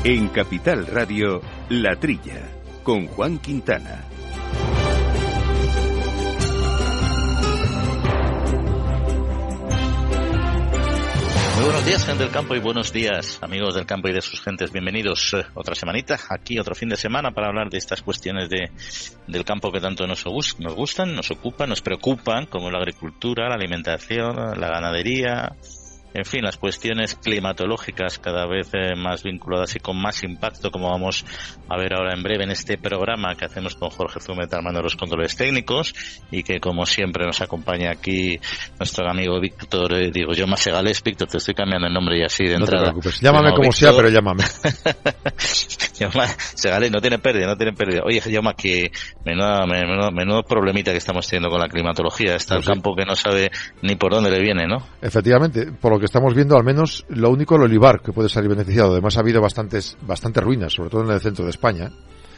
En Capital Radio, La Trilla, con Juan Quintana. Muy buenos días, gente del campo, y buenos días, amigos del campo y de sus gentes. Bienvenidos otra semanita, aquí otro fin de semana para hablar de estas cuestiones del campo que tanto nos gustan, nos ocupan, nos preocupan, como la agricultura, la alimentación, la ganadería, en fin, las cuestiones climatológicas cada vez más vinculadas y con más impacto, como vamos a ver ahora en breve en este programa que hacemos con Jorge Zúñiga, armando los controles técnicos, y que como siempre nos acompaña aquí nuestro amigo Víctor, Jaume Segales. Víctor, te estoy cambiando el nombre y así de entrada. No te preocupes, llámame como Víctor, sea, pero llámame. Jaume Segales, no tiene pérdida. Oye, Jaume, que menudo problemita que estamos teniendo con la climatología. Está el campo que no sabe ni por dónde le viene, ¿no? Efectivamente, por lo que estamos viendo, al menos lo único, el olivar, que puede salir beneficiado. Además ha habido bastantes ruinas, sobre todo en el centro de España.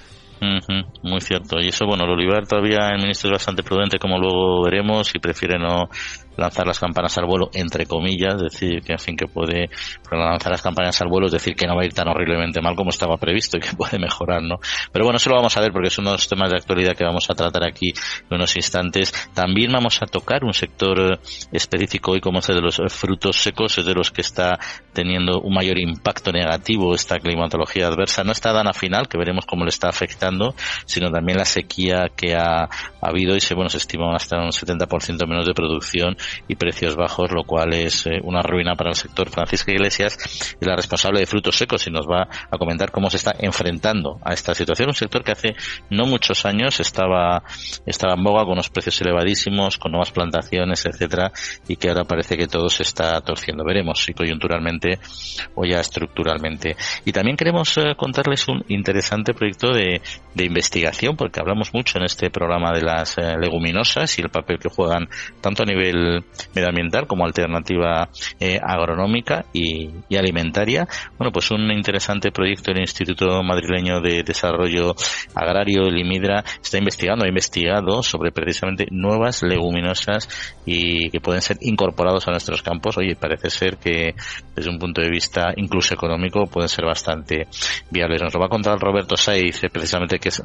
Muy cierto. Y eso, bueno, el olivar todavía el ministro es bastante prudente, como luego veremos, y prefiere no lanzar las campanas al vuelo, entre comillas, decir que, en fin, que puede lanzar las campanas al vuelo, es decir, que no va a ir tan horriblemente mal como estaba previsto y que puede mejorar, ¿no? Pero bueno, eso lo vamos a ver porque son unos temas de actualidad que vamos a tratar aquí en unos instantes. También vamos a tocar un sector específico hoy, como es el de los frutos secos, es de los que está teniendo un mayor impacto negativo esta climatología adversa. No esta dana final, que veremos cómo le está afectando, sino también la sequía que ha habido, y se estima hasta un 70% menos de producción y precios bajos, lo cual es una ruina para el sector. Francisca Iglesias es la responsable de frutos secos y nos va a comentar cómo se está enfrentando a esta situación. Un sector que hace no muchos años estaba en boga, con unos precios elevadísimos, con nuevas plantaciones, etcétera, y que ahora parece que todo se está torciendo. Veremos si coyunturalmente o ya estructuralmente. Y también queremos contarles un interesante proyecto de investigación, porque hablamos mucho en este programa de las leguminosas y el papel que juegan tanto a nivel medioambiental como alternativa agronómica y alimentaria. Bueno, pues un interesante proyecto del Instituto Madrileño de Desarrollo Agrario, el IMIDRA, ha investigado sobre precisamente nuevas leguminosas y que pueden ser incorporados a nuestros campos. Oye, parece ser que desde un punto de vista incluso económico pueden ser bastante viables. Nos lo va a contar Roberto Saiz, precisamente, que es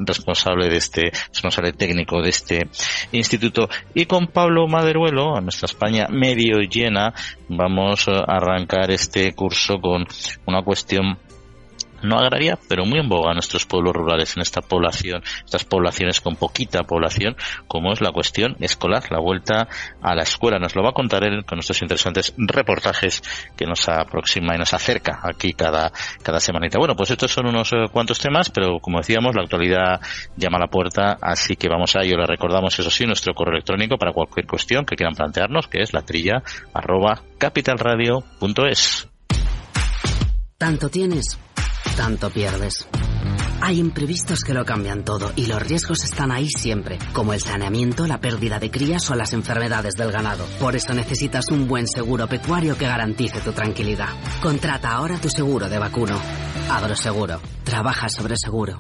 responsable técnico de este instituto. Y con Pablo Maderuelo, a nuestra España medio llena, vamos a arrancar este curso con una cuestión no agraria, pero muy en boga en nuestros pueblos rurales, en estas poblaciones con poquita población, como es la cuestión escolar, la vuelta a la escuela. Nos lo va a contar él con nuestros interesantes reportajes que nos aproxima y nos acerca aquí cada semanita. Bueno, pues estos son unos cuantos temas, pero como decíamos, la actualidad llama a la puerta, así que vamos a ello. Le recordamos, eso sí, nuestro correo electrónico para cualquier cuestión que quieran plantearnos, que es latrilla@capitalradio.es. Tanto tienes, tanto pierdes. Hay imprevistos que lo cambian todo y los riesgos están ahí siempre, como el saneamiento, la pérdida de crías o las enfermedades del ganado. Por eso necesitas un buen seguro pecuario que garantice tu tranquilidad. Contrata ahora tu seguro de vacuno. Agroseguro. Trabaja sobre seguro.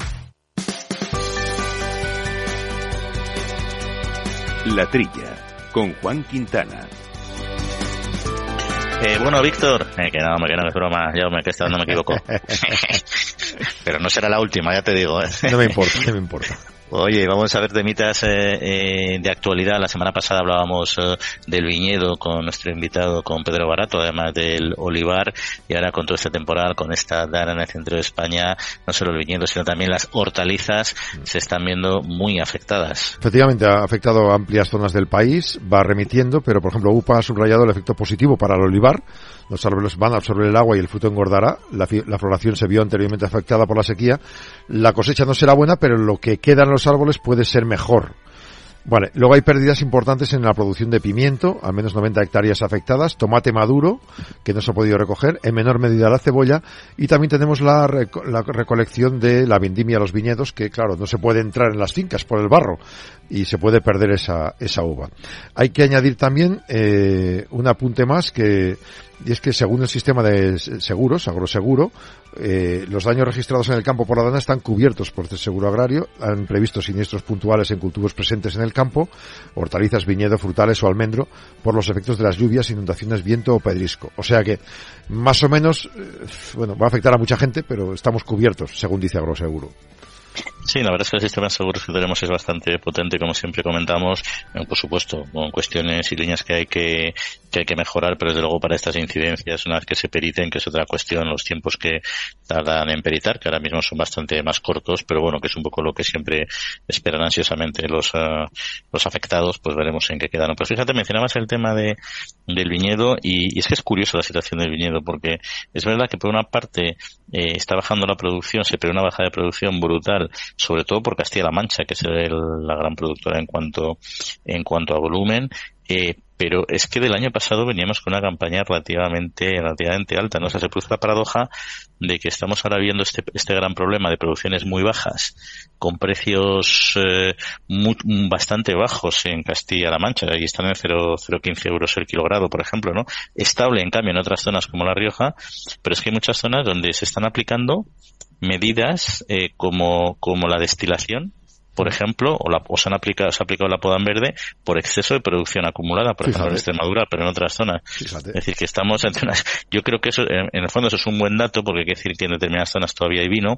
La Trilla, con Juan Quintana. Bueno, Víctor, que no es broma, ya que esta vez no me equivoco. Pero no será la última, ya te digo. No me importa. Oye, vamos a ver temitas de actualidad. La semana pasada hablábamos del viñedo con nuestro invitado, con Pedro Barato, además del olivar, y ahora con toda esta temporada, con esta dana en el centro de España, no solo el viñedo, sino también las hortalizas se están viendo muy afectadas. Efectivamente, ha afectado a amplias zonas del país, va remitiendo, pero por ejemplo UPA ha subrayado el efecto positivo para el olivar. Los árboles van a absorber el agua y el fruto engordará. La floración se vio anteriormente afectada por la sequía. La cosecha no será buena, pero lo que queda en los árboles puede ser mejor. Vale, luego hay pérdidas importantes en la producción de pimiento, al menos 90 hectáreas afectadas, tomate maduro, que no se ha podido recoger, en menor medida la cebolla, y también tenemos la recolección de la vendimia a los viñedos, que claro, no se puede entrar en las fincas por el barro, y se puede perder esa uva. Hay que añadir también un apunte más, que y es que según el sistema de seguros, Agroseguro, los daños registrados en el campo por la dana están cubiertos por este seguro agrario. Han previsto siniestros puntuales en cultivos presentes en el campo, hortalizas, viñedo, frutales o almendro, por los efectos de las lluvias, inundaciones, viento o pedrisco. O sea que, más o menos, va a afectar a mucha gente, pero estamos cubiertos, según dice Agroseguro. Sí, la verdad es que el sistema de seguros que tenemos es bastante potente, como siempre comentamos, por supuesto, con cuestiones y líneas que hay que mejorar, pero desde luego para estas incidencias, una vez que se periten, que es otra cuestión, los tiempos que tardan en peritar, que ahora mismo son bastante más cortos, pero bueno, que es un poco lo que siempre esperan ansiosamente los afectados, pues veremos en qué quedan. Pero fíjate, mencionabas el tema del viñedo, y es que es curioso la situación del viñedo, porque es verdad que por una parte está bajando la producción, se prevé una bajada de producción brutal, sobre todo por Castilla-La Mancha, que es la gran productora en cuanto a volumen, pero es que del año pasado veníamos con una campaña relativamente alta, ¿no? O sea, se produce la paradoja de que estamos ahora viendo este gran problema de producciones muy bajas, con precios bastante bajos en Castilla-La Mancha, y están en 0,15 euros el kilogrado, por ejemplo, ¿no? Estable, en cambio, en otras zonas como La Rioja, pero es que hay muchas zonas donde se están aplicando medidas como la destilación, por ejemplo, se ha aplicado la poda en verde por exceso de producción acumulada, por ejemplo en Extremadura, pero en otras zonas. Fíjate. Es decir, que estamos ante yo creo que eso, en el fondo, eso es un buen dato, porque quiere decir que en determinadas zonas todavía hay vino,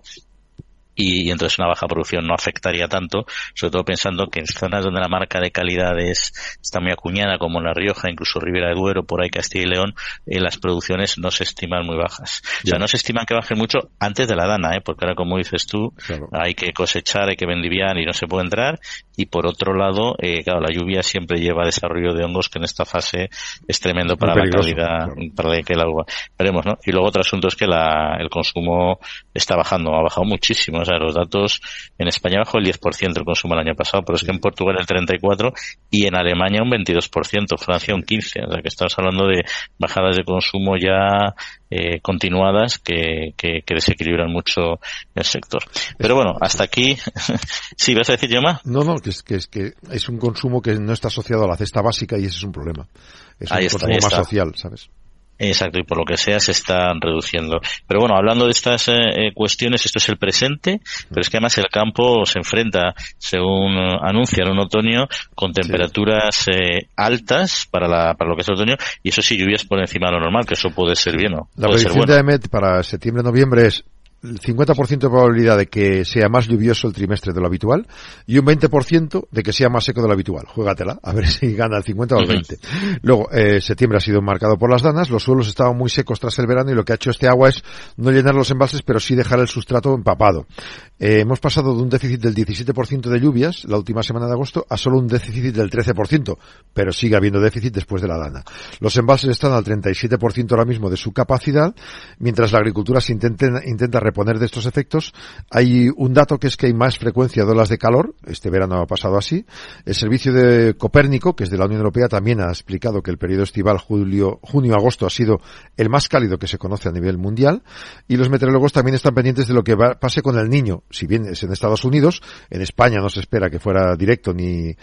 y entonces una baja producción no afectaría tanto, sobre todo pensando que en zonas donde la marca de calidad está muy acuñada, como en La Rioja, incluso Ribera de Duero, por ahí Castilla y León, las producciones no se estiman muy bajas. O sea, no se estiman que bajen mucho antes de la dana, porque ahora, como dices tú, claro, hay que cosechar, hay que vendimiar y no se puede entrar. Y por otro lado, claro, la lluvia siempre lleva desarrollo de hongos, que en esta fase es tremendo para la calidad, claro, para que el agua. Veremos, ¿no? Y luego otro asunto es que el consumo está bajando, ha bajado muchísimo. O sea, los datos en España bajó el 10% el consumo el año pasado, pero es que en Portugal el 34% y en Alemania un 22%, Francia un 15%. O sea, que estamos hablando de bajadas de consumo ya continuadas que desequilibran mucho el sector. Pero bueno, hasta aquí. ¿Sí vas a decir, Yoma? No, que es un consumo que no está asociado a la cesta básica, y ese es un problema. Es un consumo más social, ¿sabes? Exacto, y por lo que sea se están reduciendo. Pero bueno, hablando de estas cuestiones, esto es el presente, pero es que además el campo se enfrenta, según anuncian, un otoño con temperaturas altas para lo que es el otoño, y eso sí, lluvias por encima de lo normal, que eso puede ser bien, ¿no? La predicción de EMET para septiembre-noviembre es el 50% de probabilidad de que sea más lluvioso el trimestre de lo habitual y un 20% de que sea más seco de lo habitual. Juégatela, a ver si gana el 50 o el 20. Luego, septiembre ha sido marcado por las danas, los suelos estaban muy secos tras el verano, y lo que ha hecho este agua es no llenar los embalses, pero sí dejar el sustrato empapado. Hemos pasado de un déficit del 17% de lluvias la última semana de agosto a solo un déficit del 13%, pero sigue habiendo déficit después de la dana. Los embalses están al 37% ahora mismo de su capacidad, mientras la agricultura se intenta reponer de estos efectos. Hay un dato, que es que hay más frecuencia de olas de calor. Este verano ha pasado así. El servicio de Copérnico, que es de la Unión Europea, también ha explicado que el periodo estival junio-agosto ha sido el más cálido que se conoce a nivel mundial, y los meteorólogos también están pendientes de lo que pase con el Niño. Si bien es en Estados Unidos, en España no se espera que fuera directo ni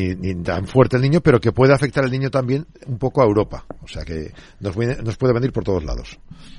tan fuerte el Niño, pero que puede afectar el Niño también un poco a Europa. O sea que nos puede venir por todos lados.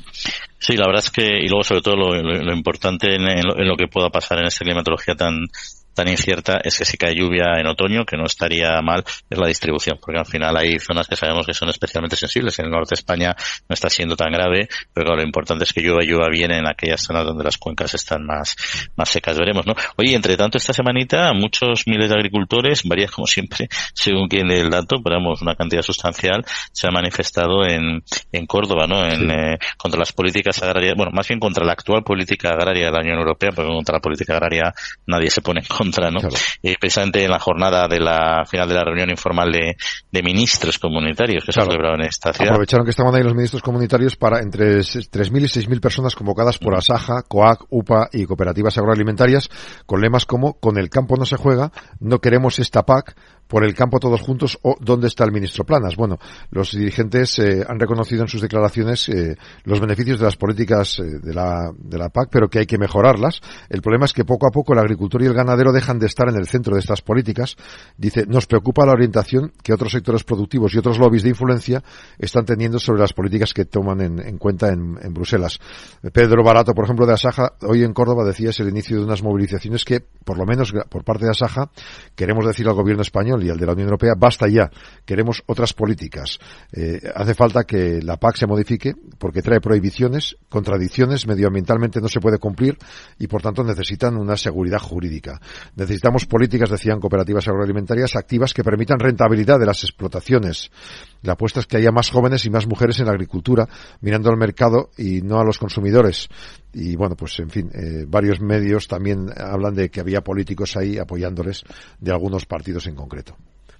Sí, la verdad es que, y luego sobre todo lo importante en lo que pueda pasar en esta climatología tan incierta, es que si cae lluvia en otoño, que no estaría mal, es la distribución, porque al final hay zonas que sabemos que son especialmente sensibles. En el norte de España no está siendo tan grave, pero claro, lo importante es que llueva bien en aquellas zonas donde las cuencas están más secas. Veremos, ¿no? Oye, entre tanto, esta semanita muchos miles de agricultores, varía como siempre según quien dé el dato, pero vamos, una cantidad sustancial, se ha manifestado en Córdoba, ¿no? Contra las políticas agrarias, bueno, más bien contra la actual política agraria de la Unión Europea, porque contra la política agraria nadie se pone en contra, ¿no? Claro. Precisamente en la jornada de la final de la reunión informal de ministros comunitarios que se ha celebrado en esta ciudad. Aprovecharon que estaban ahí los ministros comunitarios para entre 3.000 y 6.000 personas convocadas por Asaja, COAG, UPA y cooperativas agroalimentarias, con lemas como: con el campo no se juega, no queremos esta PAC, por el campo todos juntos, o ¿dónde está el ministro Planas? Bueno, los dirigentes han reconocido en sus declaraciones los beneficios de las políticas de la PAC, pero que hay que mejorarlas. El problema es que poco a poco el agricultor y el ganadero pero dejan de estar en el centro de estas políticas. Dice, nos preocupa la orientación que otros sectores productivos y otros lobbies de influencia están teniendo sobre las políticas que toman en cuenta en Bruselas. Pedro Barato, por ejemplo, de Asaja, hoy en Córdoba decía es el inicio de unas movilizaciones que, por lo menos por parte de Asaja, queremos decir al gobierno español y al de la Unión Europea, basta ya, queremos otras políticas. Hace falta que la PAC se modifique porque trae prohibiciones, contradicciones, medioambientalmente no se puede cumplir y por tanto necesitan una seguridad jurídica. Necesitamos políticas, decían, cooperativas agroalimentarias activas que permitan rentabilidad de las explotaciones. La apuesta es que haya más jóvenes y más mujeres en la agricultura, mirando al mercado y no a los consumidores. Y bueno, pues en fin, varios medios también hablan de que había políticos ahí apoyándoles de algunos partidos en concreto.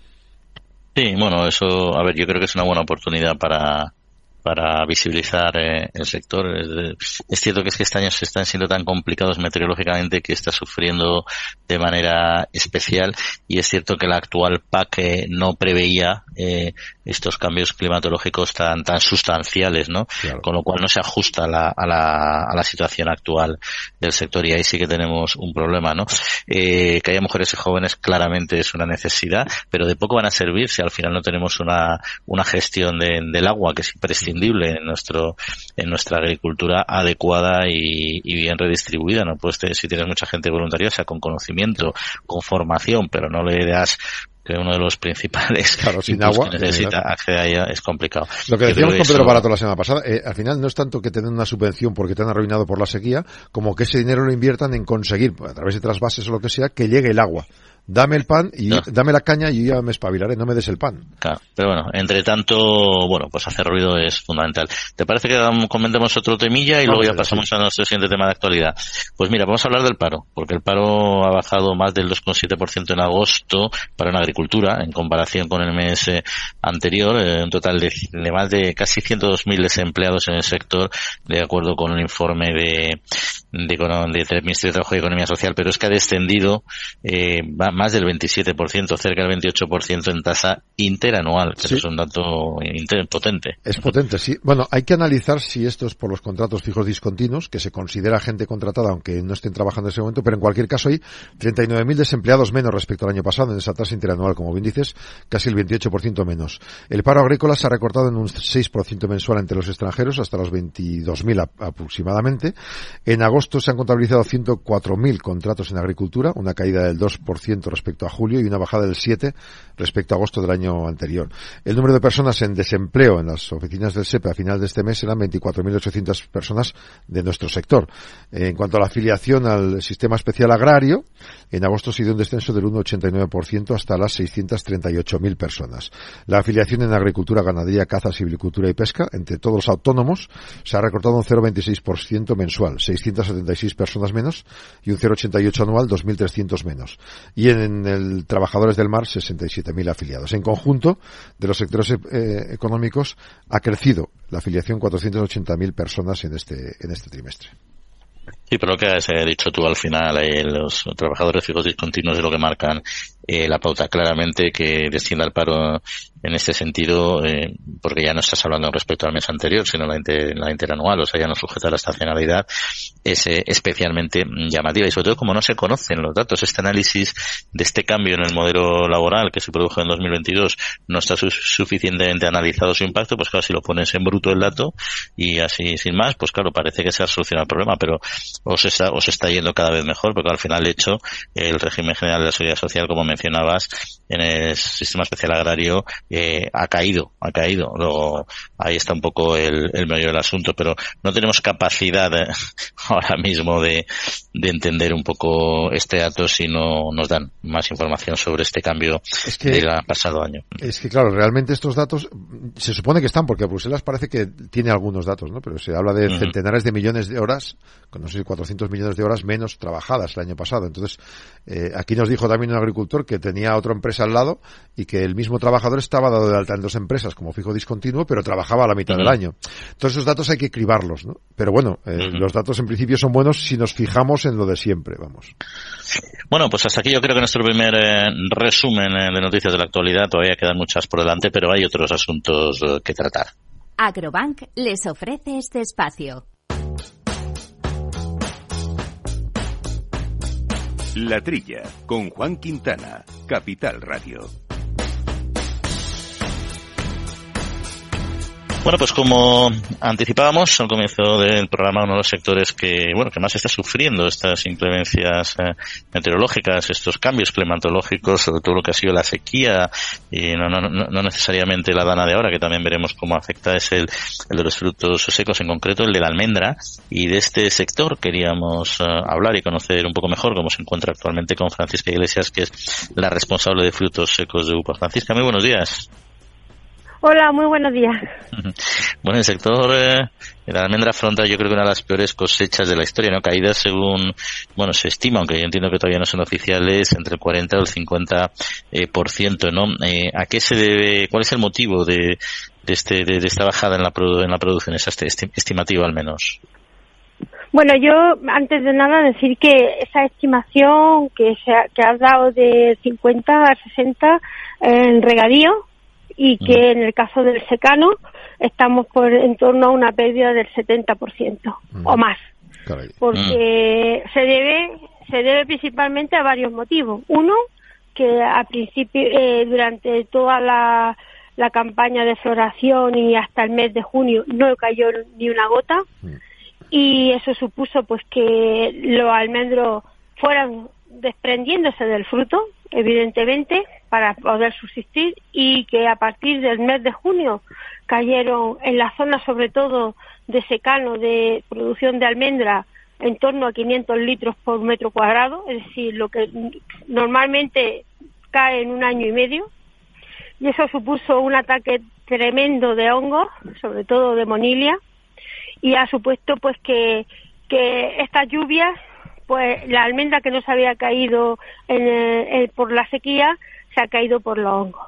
Sí, bueno, eso, a ver, yo creo que es una buena oportunidad para visibilizar el sector. Es cierto que este año se están siendo tan complicados meteorológicamente que está sufriendo de manera especial, y es cierto que la actual PAC no preveía estos cambios climatológicos tan sustanciales, ¿no? Claro. Con lo cual no se ajusta a la situación actual del sector, y ahí sí que tenemos un problema, ¿no? Que haya mujeres y jóvenes claramente es una necesidad, pero de poco van a servir si al final no tenemos una gestión del agua que es imprescindible en nuestra agricultura adecuada y bien redistribuida. No puedes tener, si tienes mucha gente voluntariosa con conocimiento, con formación, pero no le das que uno de los principales sin agua que necesita acceder a ella, es complicado. Lo que decíamos con Pedro Barato la semana pasada, al final no es tanto que te den una subvención porque te han arruinado por la sequía, como que ese dinero lo inviertan en conseguir, a través de trasvases o lo que sea, que llegue el agua. Dame el pan y dame la caña y yo ya me espabilaré, no me des el pan. Claro, pero bueno, entre tanto, bueno, pues hacer ruido es fundamental. ¿Te parece que comentemos otro temilla y luego ya pasamos a nuestro siguiente tema de actualidad? Pues mira, vamos a hablar del paro, porque el paro ha bajado más del 2,7% en agosto para una agricultura, en comparación con el mes anterior, un total de más de casi 102.000 desempleados en el sector, de acuerdo con un informe del Ministerio de Trabajo y Economía Social, pero es que ha descendido más del 27%, cerca del 28% en tasa interanual, que es un dato potente. Es potente, sí. Bueno, hay que analizar si esto es por los contratos fijos discontinuos, que se considera gente contratada aunque no estén trabajando en ese momento, pero en cualquier caso hay 39.000 desempleados menos respecto al año pasado en esa tasa interanual, como bien dices, casi el 28% menos. El paro agrícola se ha recortado en un 6% mensual entre los extranjeros, hasta los 22.000 aproximadamente. En agosto se han contabilizado 104.000 contratos en agricultura, una caída del 2% respecto a julio y una bajada del 7% respecto a agosto del año anterior. El número de personas en desempleo en las oficinas del SEPE a final de este mes eran 24.800 personas de nuestro sector. En cuanto a la afiliación al sistema especial agrario, en agosto se dio un descenso del 1,89% hasta las 638.000 personas. La afiliación en agricultura, ganadería, caza, silvicultura y pesca entre todos los autónomos se ha recortado un 0,26% mensual, 676 personas menos, y un 0,88 anual, 2.300 menos. Y en el trabajadores del mar, 67.000 afiliados. En conjunto, de los sectores económicos, ha crecido la afiliación 480.000 personas en este trimestre. Sí, pero lo que has dicho tú al final, los trabajadores fijos discontinuos es lo que marcan la pauta claramente, que descienda el paro en este sentido, porque ya no estás hablando respecto al mes anterior, sino la interanual, o sea, ya no sujeta a la estacionalidad, es especialmente llamativa, y sobre todo como no se conocen los datos. Este análisis de este cambio en el modelo laboral que se produjo en 2022 no está suficientemente analizado su impacto, pues claro, si lo pones en bruto el dato y así sin más, pues claro, parece que se ha solucionado el problema, pero os está yendo cada vez mejor, porque al final, de hecho, el régimen general de la seguridad social, como mencionabas, en el sistema especial agrario ha caído. Luego ahí está un poco el meollo del asunto, pero no tenemos capacidad ahora mismo de entender un poco este dato si no nos dan más información sobre este cambio del pasado año. Es que claro, realmente estos datos se supone que están, porque Bruselas parece que tiene algunos datos, ¿no? Pero se habla de centenares de millones de horas, no sé si 400 millones de horas menos trabajadas el año pasado. Entonces, aquí nos dijo también un agricultor que tenía otra empresa al lado y que el mismo trabajador estaba dado de alta en dos empresas como fijo discontinuo, pero trabajaba a la mitad del año. Entonces, esos datos hay que cribarlos, ¿no? Pero bueno, los datos en principio son buenos si nos fijamos en lo de siempre, vamos. Bueno, pues hasta aquí yo creo que nuestro primer resumen de noticias de la actualidad. Todavía quedan muchas por delante, pero hay otros asuntos que tratar. Agrobank les ofrece este espacio. La Trilla, con Juan Quintana, Capital Radio. Bueno, pues como anticipábamos al comienzo del programa, uno de los sectores que más está sufriendo estas inclemencias meteorológicas, estos cambios climatológicos, sobre todo lo que ha sido la sequía, y no necesariamente la dana de ahora, que también veremos cómo afecta, es el de los frutos secos, en concreto el de la almendra, y de este sector queríamos hablar y conocer un poco mejor cómo se encuentra actualmente con Francisca Iglesias, que es la responsable de frutos secos de UPA. Francisca, muy buenos días. Hola, muy buenos días. Bueno, el sector de la almendra afronta, yo creo que una de las peores cosechas de la historia, ¿no? Caídas según, se estima, aunque yo entiendo que todavía no son oficiales, entre el 40 y el 50%, ¿no? ¿A qué se debe, cuál es el motivo de esta bajada en la producción, esa estimativa al menos? Bueno, yo antes de nada decir que esa estimación que has dado de 50 a 60 en regadío, y que en el caso del secano estamos en torno a una pérdida del 70% o más. Caray. Porque se debe principalmente a varios motivos. Uno, que a principio, durante toda la campaña de floración y hasta el mes de junio no cayó ni una gota, y eso supuso pues que los almendros fueran desprendiéndose del fruto, evidentemente, para poder subsistir, y que a partir del mes de junio cayeron en la zona, sobre todo de secano, de producción de almendra, en torno a 500 litros por metro cuadrado, es decir, lo que normalmente cae en un año y medio, y eso supuso un ataque tremendo de hongos, sobre todo de monilia, y ha supuesto pues que estas lluvias, pues la almendra que no se había caído por la sequía, se ha caído por los hongos.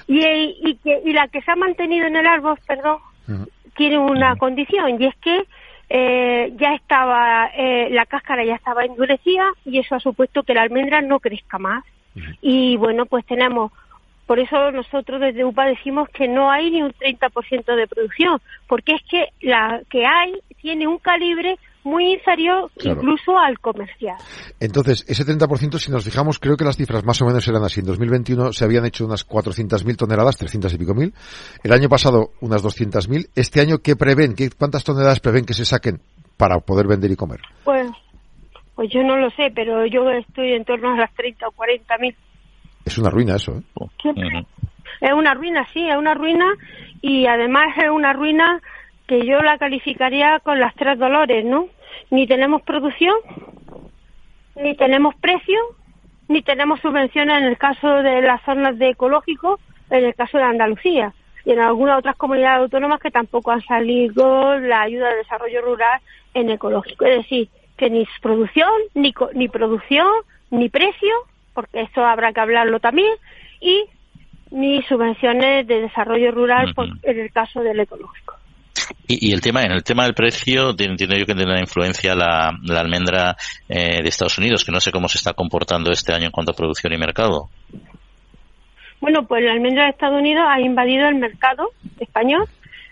Y la que se ha mantenido en el árbol, tiene una condición, y es que ya estaba, la cáscara ya estaba endurecida, y eso ha supuesto que la almendra no crezca más. Y bueno, pues por eso nosotros desde UPA decimos que no hay ni un 30% de producción, porque es que la que hay tiene un calibre muy inferior, claro, incluso al comercial. Entonces, ese 30%, si nos fijamos, creo que las cifras más o menos eran así. En 2021 se habían hecho unas 400.000 toneladas, 300 y pico mil. El año pasado unas 200.000. Este año, ¿qué prevén? ¿Cuántas toneladas prevén que se saquen para poder vender y comer? Pues yo no lo sé, pero yo estoy en torno a las 30 o 40.000. Es una ruina eso, ¿eh? Es una ruina, sí, es una ruina, y además es una ruina que yo la calificaría con las tres dolores, ¿no? Ni tenemos producción, ni tenemos precio, ni tenemos subvenciones en el caso de las zonas de ecológico, en el caso de Andalucía, y en algunas otras comunidades autónomas que tampoco han salido la ayuda de desarrollo rural en ecológico. Es decir, que ni producción, ni producción, ni precio, porque eso habrá que hablarlo también, y ni subvenciones de desarrollo rural en el caso del ecológico. Y en el tema del precio, entiendo yo que tiene una influencia la almendra de Estados Unidos, que no sé cómo se está comportando este año en cuanto a producción y mercado. Bueno, pues la almendra de Estados Unidos ha invadido el mercado español,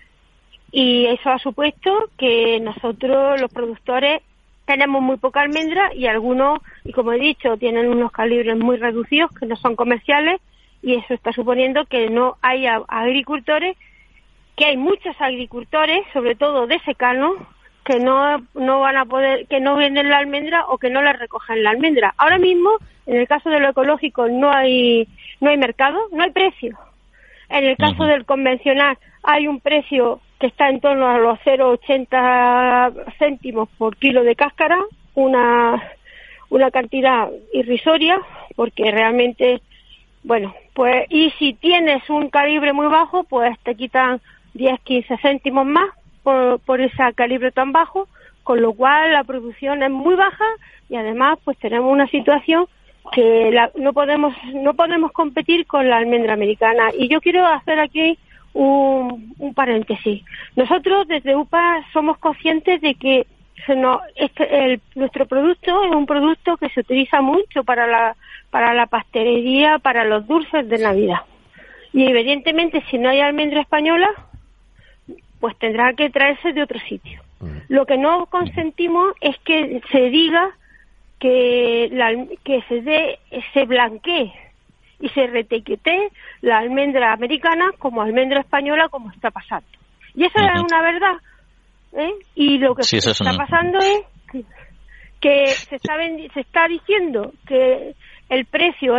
y eso ha supuesto que nosotros, los productores, tenemos muy poca almendra, y algunos, y como he dicho, tienen unos calibres muy reducidos que no son comerciales, y eso está suponiendo que no haya agricultores, que hay muchos agricultores, sobre todo de secano, que no van a poder, que no venden la almendra o que no le recogen la almendra. Ahora mismo, en el caso de lo ecológico, no hay mercado, no hay precio. En el caso del convencional hay un precio que está en torno a los 0,80 céntimos por kilo de cáscara, una cantidad irrisoria, porque realmente, bueno, pues, y si tienes un calibre muy bajo, pues te quitan 10-15 céntimos más por ese calibre tan bajo, con lo cual la producción es muy baja, y además pues tenemos una situación que no podemos competir con la almendra americana. Y yo quiero hacer aquí un paréntesis. Nosotros desde UPA somos conscientes de que nuestro producto es un producto que se utiliza mucho para la pastelería, para los dulces de Navidad. Y evidentemente, si no hay almendra española, pues tendrá que traerse de otro sitio. Lo que no consentimos es que se diga que se blanquee y se retiquete la almendra americana como almendra española, como está pasando. Y eso es una verdad, ¿eh? Y lo que está pasando es que se está diciendo que el precio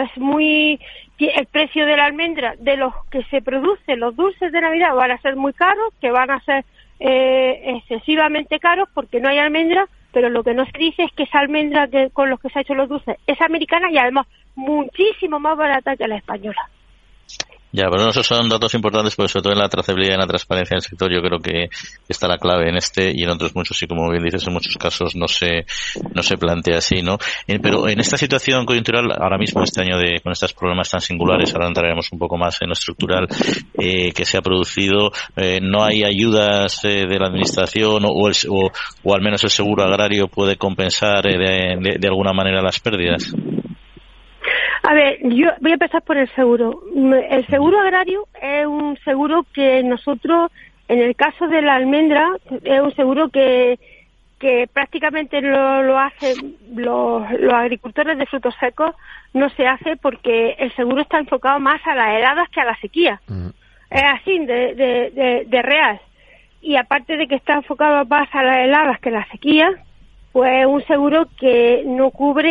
de la almendra, de los que se producen los dulces de Navidad, van a ser muy caros, que van a ser excesivamente caros porque no hay almendra, pero lo que no se dice es que esa almendra con los que se ha hecho los dulces es americana y además muchísimo más barata que la española. Ya, pero esos son datos importantes, porque sobre todo en la trazabilidad y en la transparencia del sector yo creo que está la clave en este y en otros muchos, y como bien dices, en muchos casos no se plantea así, ¿no? Pero en esta situación coyuntural, ahora mismo este año con estos problemas tan singulares, ahora entraremos un poco más en lo estructural que se ha producido, no hay ayudas de la administración o al menos el seguro agrario puede compensar de alguna manera las pérdidas. A ver, yo voy a empezar por el seguro. El seguro agrario es un seguro que nosotros, en el caso de la almendra, es un seguro que prácticamente lo hacen los agricultores de frutos secos. No se hace porque el seguro está enfocado más a las heladas que a la sequía. Es así, de real. Y aparte de que está enfocado más a las heladas que a la sequía, pues es un seguro que no cubre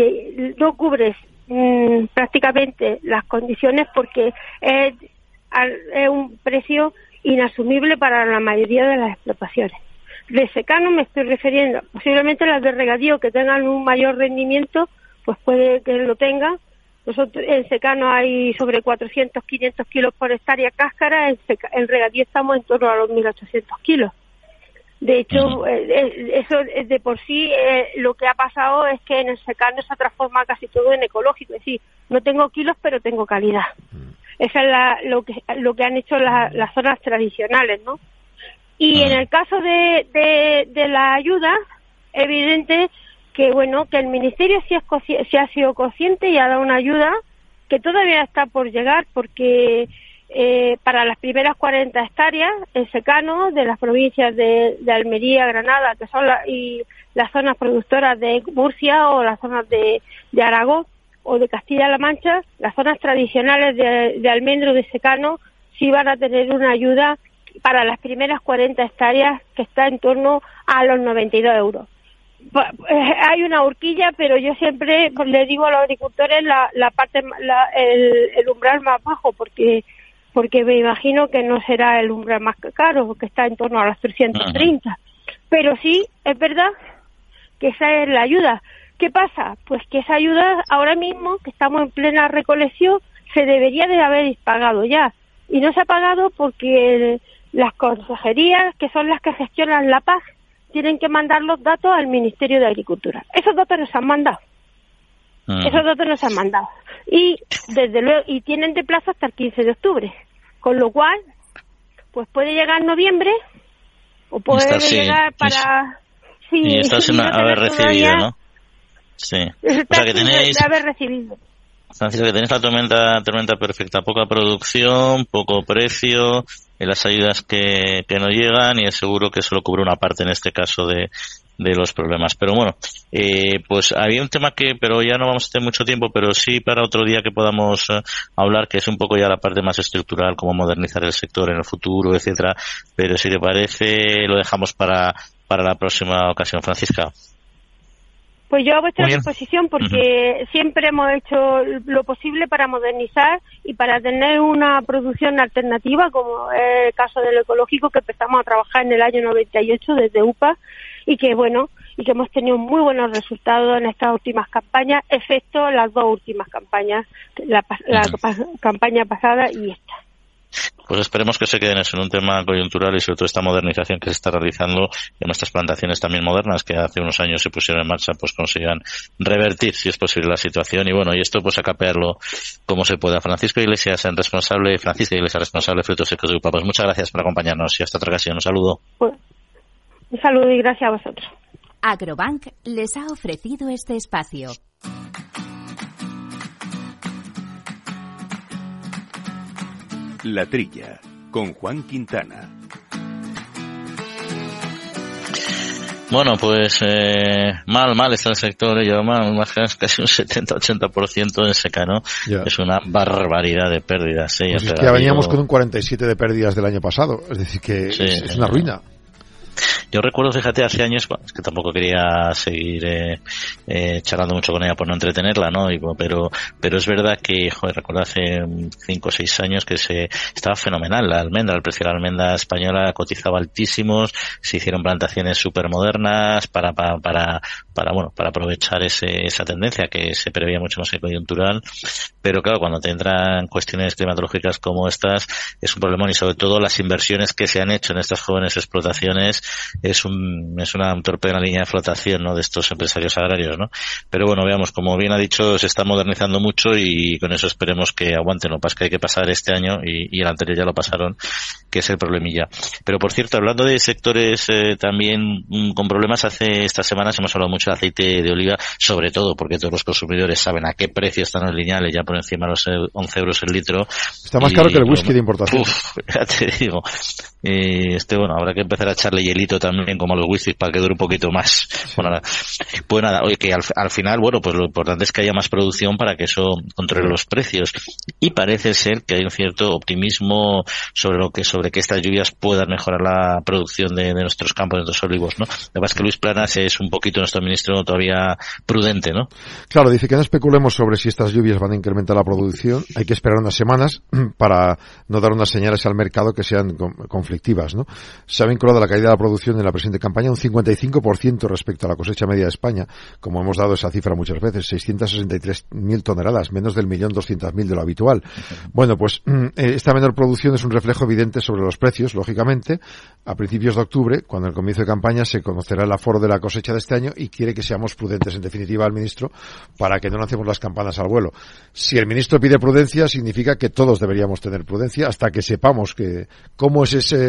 prácticamente las condiciones, porque es un precio inasumible para la mayoría de las explotaciones. De secano me estoy refiriendo, posiblemente las de regadío que tengan un mayor rendimiento, pues puede que lo tengan. Nosotros en secano hay sobre 400-500 kilos por hectárea cáscara, en regadío estamos en torno a los 1.800 kilos. De hecho, eso de por sí lo que ha pasado es que en el secano se transforma casi todo en ecológico. Es decir, no tengo kilos, pero tengo calidad. Esa es lo que han hecho las zonas tradicionales, ¿no? Y en el caso de la ayuda, evidente que que el Ministerio sí ha sido consciente y ha dado una ayuda que todavía está por llegar, porque para las primeras 40 hectáreas en secano de las provincias de Almería, Granada, que son las zonas productoras de Murcia o las zonas de Aragón o de Castilla-La Mancha, las zonas tradicionales de almendro de secano sí van a tener una ayuda para las primeras 40 hectáreas que está en torno a los 92 euros. Hay una horquilla, pero yo siempre le digo a los agricultores el umbral más bajo, porque me imagino que no será el umbral más caro, que está en torno a los 330. Pero sí, es verdad que esa es la ayuda. ¿Qué pasa? Pues que esa ayuda, ahora mismo, que estamos en plena recolección, se debería de haber pagado ya. Y no se ha pagado porque las consejerías, que son las que gestionan la PAC, tienen que mandar los datos al Ministerio de Agricultura. Esos datos nos han mandado. Y desde luego, y tienen de plazo hasta el 15 de octubre. Con lo cual, pues puede llegar noviembre, o puede llegar para... Sí, y está sin haber recibido, ¿no? Sí. O sea que tenéis... de haber recibido. Francisco, que tenéis la tormenta perfecta, poca producción, poco precio, las ayudas que no llegan y el seguro que solo cubre una parte en este caso de los problemas. Pero bueno, pues había un tema pero ya no vamos a tener mucho tiempo, pero sí para otro día que podamos hablar, que es un poco ya la parte más estructural, cómo modernizar el sector en el futuro, etcétera. Pero si te parece, lo dejamos para la próxima ocasión. Francisca. Pues yo a vuestra disposición, porque siempre hemos hecho lo posible para modernizar y para tener una producción alternativa, como es el caso del ecológico, que empezamos a trabajar en el año 98 desde UPA, y que hemos tenido muy buenos resultados en estas últimas campañas, excepto las dos últimas campañas, la campaña pasada y esta. Pues esperemos que se queden en un tema coyuntural y sobre todo esta modernización que se está realizando en nuestras plantaciones también modernas, que hace unos años se pusieron en marcha, pues consigan revertir, si es posible, la situación. Y bueno, y esto pues a capearlo como se pueda. Francisca Iglesias, responsable de Frutos Secos de UPA. Pues muchas gracias por acompañarnos y hasta otra ocasión. Un saludo. Pues, un saludo y gracias a vosotros. Agrobank les ha ofrecido este espacio. La Trilla, con Juan Quintana. Bueno, pues mal está el sector, más casi un 70-80% en secano. Es una barbaridad de pérdidas. Pues es que ya veníamos con un 47 de pérdidas del año pasado, es decir que es una ruina. Yo recuerdo, fíjate, hace años, es que tampoco quería seguir charlando mucho con ella por no entretenerla, ¿no? Pero es verdad que, recuerdo hace 5 o 6 años que estaba fenomenal la almendra, el precio de la almendra española cotizaba altísimos, se hicieron plantaciones súper modernas para aprovechar esa tendencia que se preveía mucho más que coyuntural, pero claro, cuando te entran cuestiones climatológicas como estas, es un problemón, y sobre todo las inversiones que se han hecho en estas jóvenes explotaciones es una torpe en la línea de flotación, ¿no?, de estos empresarios agrarios, ¿no? Pero bueno, veamos, como bien ha dicho, se está modernizando mucho y con eso esperemos que aguanten. Lo que pasa es que hay que pasar este año y el anterior ya lo pasaron, que es el problemilla. Pero por cierto, hablando de sectores también con problemas, estas semanas hemos hablado mucho de aceite de oliva, sobre todo porque todos los consumidores saben a qué precio están los lineales, ya por encima de los 11 euros el litro. Está más caro que el whisky de importación. Ya te digo. Habrá que empezar a echarle hielito también como a los whiskies para que dure un poquito más. Sí. Pues nada, oye, que al final, pues lo importante es que haya más producción para que eso controle los precios. Y parece ser que hay un cierto optimismo sobre que estas lluvias puedan mejorar la producción de nuestros campos, de nuestros olivos, ¿no? La verdad es que Luis Planas es un poquito nuestro ministro todavía prudente, ¿no? Claro, dice que no especulemos sobre si estas lluvias van a incrementar la producción. Hay que esperar unas semanas para no dar unas señales al mercado que sean conflictivas, ¿no? Se ha vinculado la caída de la producción en la presente campaña un 55% respecto a la cosecha media de España, como hemos dado esa cifra muchas veces, 663.000 toneladas, menos del 1.200.000 de lo habitual. Bueno, pues esta menor producción es un reflejo evidente sobre los precios, lógicamente. A principios de octubre, cuando el comienzo de campaña, se conocerá el aforo de la cosecha de este año y quiere que seamos prudentes, en definitiva, al ministro, para que no lancemos las campanas al vuelo. Si el ministro pide prudencia, significa que todos deberíamos tener prudencia hasta que sepamos cómo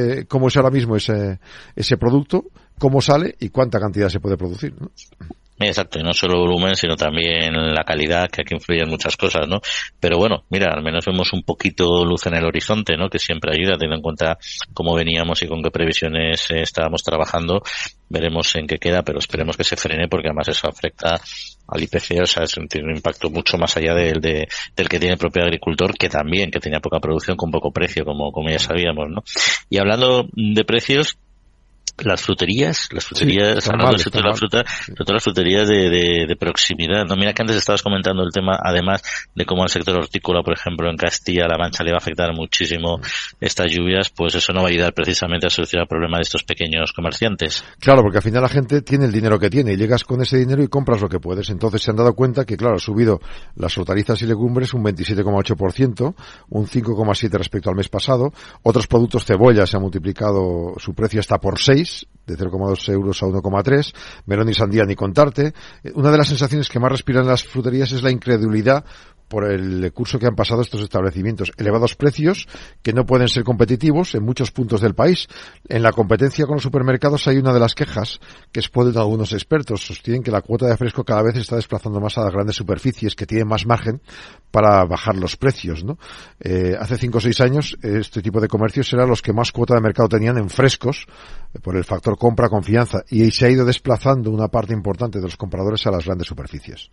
es ahora mismo ese producto, cómo sale y cuánta cantidad se puede producir, ¿no? Exacto, y no solo volumen, sino también la calidad, que aquí influyen muchas cosas, ¿no? Pero bueno, mira, al menos vemos un poquito luz en el horizonte, ¿no? Que siempre ayuda, teniendo en cuenta cómo veníamos y con qué previsiones estábamos trabajando. Veremos en qué queda, pero esperemos que se frene, porque además eso afecta al IPC, o sea, tiene un impacto mucho más allá del que tiene el propio agricultor, que tenía poca producción con poco precio, como ya sabíamos, ¿no? Y hablando de precios, las fruterías, hablando del sector de la fruta, sobre todo las fruterías de proximidad, ¿no? Mira que antes estabas comentando el tema, además, de cómo al sector hortícola, por ejemplo, en Castilla-La Mancha le va a afectar muchísimo estas lluvias, pues eso no va a ayudar precisamente a solucionar el problema de estos pequeños comerciantes. Claro, porque al final la gente tiene el dinero que tiene y llegas con ese dinero y compras lo que puedes. Entonces se han dado cuenta que, claro, ha subido las hortalizas y legumbres un 27,8%, un 5,7% respecto al mes pasado. Otros productos, cebolla, se ha multiplicado su precio hasta por 6, de 0,2 euros a 1,3, melón y sandía ni contarte. Una de las sensaciones que más respiran las fruterías es la incredulidad por el curso que han pasado estos establecimientos. Elevados precios que no pueden ser competitivos en muchos puntos del país. En la competencia con los supermercados hay una de las quejas que exponen algunos expertos. Sostienen que la cuota de fresco cada vez está desplazando más a las grandes superficies que tienen más margen para bajar los precios, ¿no? Hace 5 o 6 años este tipo de comercios eran los que más cuota de mercado tenían en frescos por el factor compra, confianza, y se ha ido desplazando una parte importante de los compradores a las grandes superficies.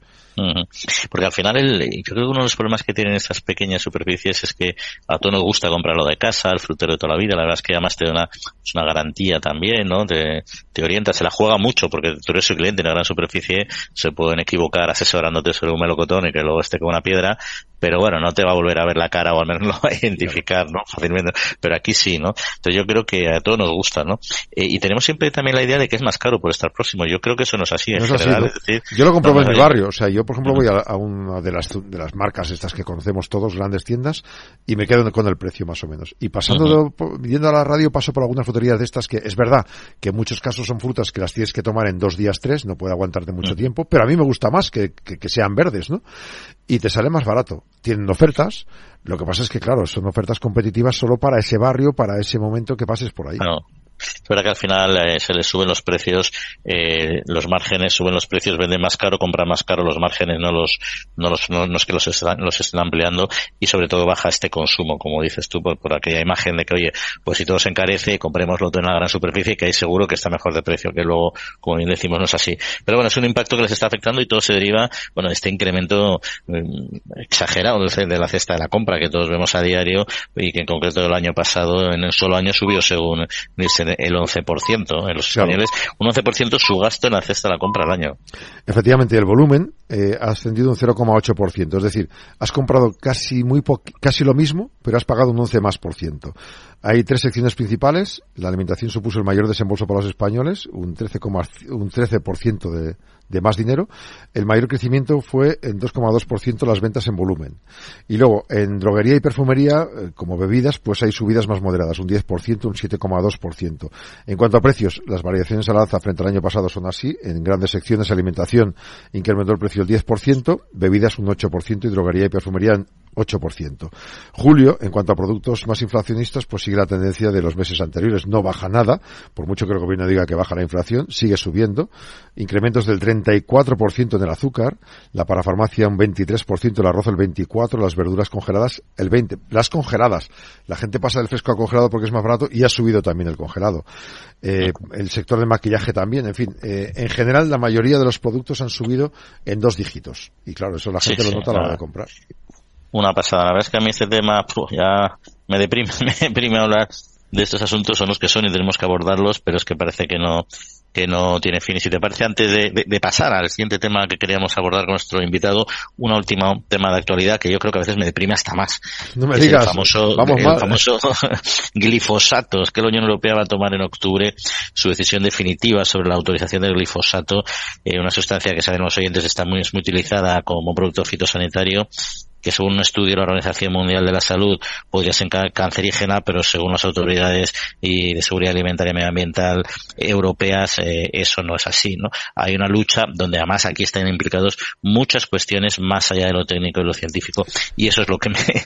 Porque al final yo creo que uno de los problemas que tienen estas pequeñas superficies es que a todos nos gusta comprarlo de casa, el frutero de toda la vida. La verdad es que además te da una garantía también, ¿no? Te orienta, se la juega mucho, porque tú eres el cliente en la gran superficie, se pueden equivocar asesorándote sobre un melocotón y que luego esté con una piedra, pero bueno, no te va a volver a ver la cara, o al menos lo va a identificar, ¿no? Fácilmente. Pero aquí sí, ¿no? Entonces yo creo que a todos nos gusta, ¿no? Y tenemos siempre también la idea de que es más caro por estar próximo. Yo creo que eso no es así en general. Es decir, yo lo compruebo en mi barrio. O sea, yo por ejemplo voy a una de las marcas estas que conocemos todos, grandes tiendas, y me quedo con el precio más o menos. Y yendo a la radio, paso por algunas fruterías de estas que es verdad que en muchos casos son frutas que las tienes que tomar en 2 días, 3, no puede aguantarte mucho tiempo, pero a mí me gusta más que sean verdes, ¿no? Y te sale más barato. Tienen ofertas. Lo que pasa es que, claro, son ofertas competitivas solo para ese barrio, para ese momento que pases por ahí. No. Es verdad que al final se les suben los precios, los márgenes suben los precios, venden más caro, compran más caro, los márgenes no es que los estén ampliando, y sobre todo baja este consumo, como dices tú, por aquella imagen de que, oye, pues si todo se encarece, comprémoslo todo en la gran superficie, que ahí seguro que está mejor de precio, que luego, como bien decimos, no es así. Pero bueno, es un impacto que les está afectando y todo se deriva, bueno, de este incremento exagerado de la cesta de la compra que todos vemos a diario, y que en concreto el año pasado, en el solo año, subió según Nielsen el 11% en los españoles, un 11% su gasto en la cesta de la compra al año. Efectivamente, el volumen ha ascendido un 0,8%, es decir, has comprado casi lo mismo, pero has pagado un 11%. Hay 3 secciones principales. La alimentación supuso el mayor desembolso para los españoles, un 13% de más dinero. El mayor crecimiento fue en 2,2% las ventas en volumen. Y luego, en droguería y perfumería, como bebidas, pues hay subidas más moderadas, un 10%, un 7,2%. En cuanto a precios, las variaciones al alza frente al año pasado son así. En grandes secciones, alimentación incrementó el precio el 10%, bebidas un 8% y droguería y perfumería en 8%. Julio, en cuanto a productos más inflacionistas, pues sigue la tendencia de los meses anteriores. No baja nada, por mucho que el gobierno diga que baja la inflación, sigue subiendo. Incrementos del 34% en el azúcar, la parafarmacia un 23%, el arroz el 24%, las verduras congeladas el 20%. Las congeladas. La gente pasa del fresco al congelado porque es más barato y ha subido también el congelado. El sector de maquillaje también, en fin. En general, la mayoría de los productos han subido en 2 dígitos. Y claro, eso la gente lo nota a la hora de comprar. Una pasada. La verdad es que a mí este tema ya me deprime hablar de estos asuntos. Son los que son y tenemos que abordarlos, pero es que parece que no tiene fin. Y si te parece, antes de pasar al siguiente tema que queríamos abordar con nuestro invitado, un último tema de actualidad que yo creo que a veces me deprime hasta más. No me digas, el famoso glifosato. Es que la Unión Europea va a tomar en octubre su decisión definitiva sobre la autorización del glifosato, una sustancia que saben los oyentes está muy utilizada como producto fitosanitario, que según un estudio de la Organización Mundial de la Salud podría ser cancerígena, pero según las autoridades y de seguridad alimentaria y medioambiental europeas, eso no es así, ¿no? Hay una lucha donde además aquí están implicados muchas cuestiones más allá de lo técnico y lo científico, y eso es lo que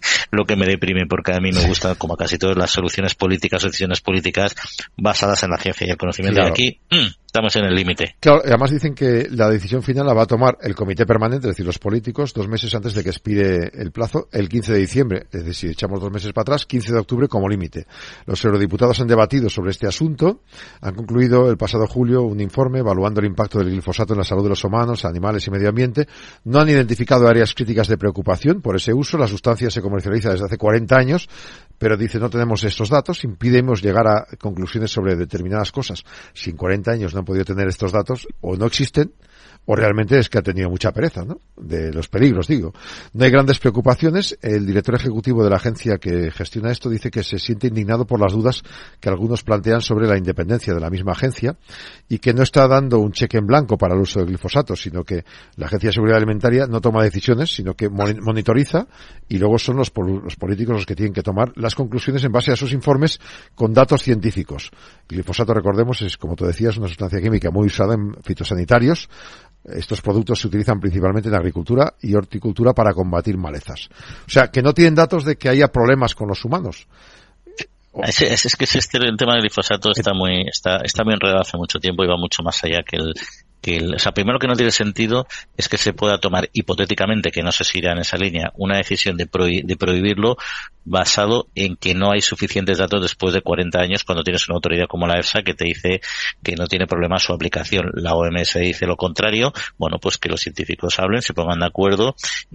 me deprime, porque a mí me gustan, como casi todas las soluciones políticas o decisiones políticas basadas en la ciencia y el conocimiento. Claro. Y aquí estamos en el límite. Claro, además dicen que la decisión final la va a tomar el comité permanente, es decir, los políticos, 2 meses antes de que expire el plazo, el 15 de diciembre. Es decir, si echamos 2 meses para atrás, 15 de octubre como límite. Los eurodiputados han debatido sobre este asunto. Han concluido el pasado julio un informe evaluando el impacto del glifosato en la salud de los humanos, animales y medio ambiente. No han identificado áreas críticas de preocupación por ese uso. La sustancia se comercializa desde hace 40 años, pero dice no tenemos estos datos, impidimos llegar a conclusiones sobre determinadas cosas. Si en 40 años no han podido tener estos datos, o no existen, o realmente es que ha tenido mucha pereza, ¿no? De los peligros, digo. No hay grandes preocupaciones. El director ejecutivo de la agencia que gestiona esto dice que se siente indignado por las dudas que algunos plantean sobre la independencia de la misma agencia y que no está dando un cheque en blanco para el uso de glifosato, sino que la Agencia de Seguridad Alimentaria no toma decisiones, sino que monitoriza, y luego son los políticos los que tienen que tomar las conclusiones en base a sus informes con datos científicos. El glifosato, recordemos, es, como tú decías, una sustancia química muy usada en fitosanitarios. Estos productos se utilizan principalmente en agricultura y horticultura para combatir malezas. O sea, que no tienen datos de que haya problemas con los humanos. Es que el tema del glifosato está muy enredado hace mucho tiempo y va mucho más allá que o sea, primero que no tiene sentido es que se pueda tomar hipotéticamente, que no sé si irá en esa línea, una decisión de prohibirlo basado en que no hay suficientes datos después de 40 años cuando tienes una autoridad como la EFSA que te dice que no tiene problema su aplicación. La OMS dice lo contrario. Bueno, pues que los científicos hablen, se pongan de acuerdo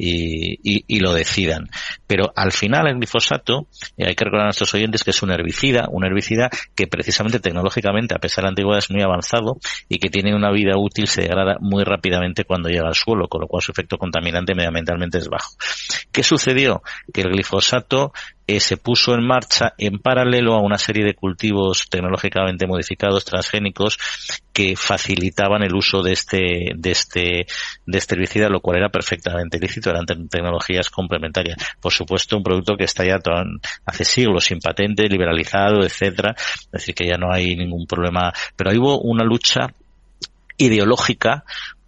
y lo decidan. Pero al final el glifosato, hay que recordar a nuestros oyentes que es un herbicida que precisamente tecnológicamente, a pesar de la antigüedad, es muy avanzado y que tiene una vida útil, se degrada muy rápidamente cuando llega al suelo, con lo cual su efecto contaminante medioambientalmente es bajo. ¿Qué sucedió? Que el glifosato se puso en marcha en paralelo a una serie de cultivos tecnológicamente modificados, transgénicos, que facilitaban el uso de este herbicida, lo cual era perfectamente lícito, eran tecnologías complementarias. Por supuesto, un producto que está ya hace siglos sin patente, liberalizado, etcétera, es decir, que ya no hay ningún problema, pero ahí hubo una lucha ideológica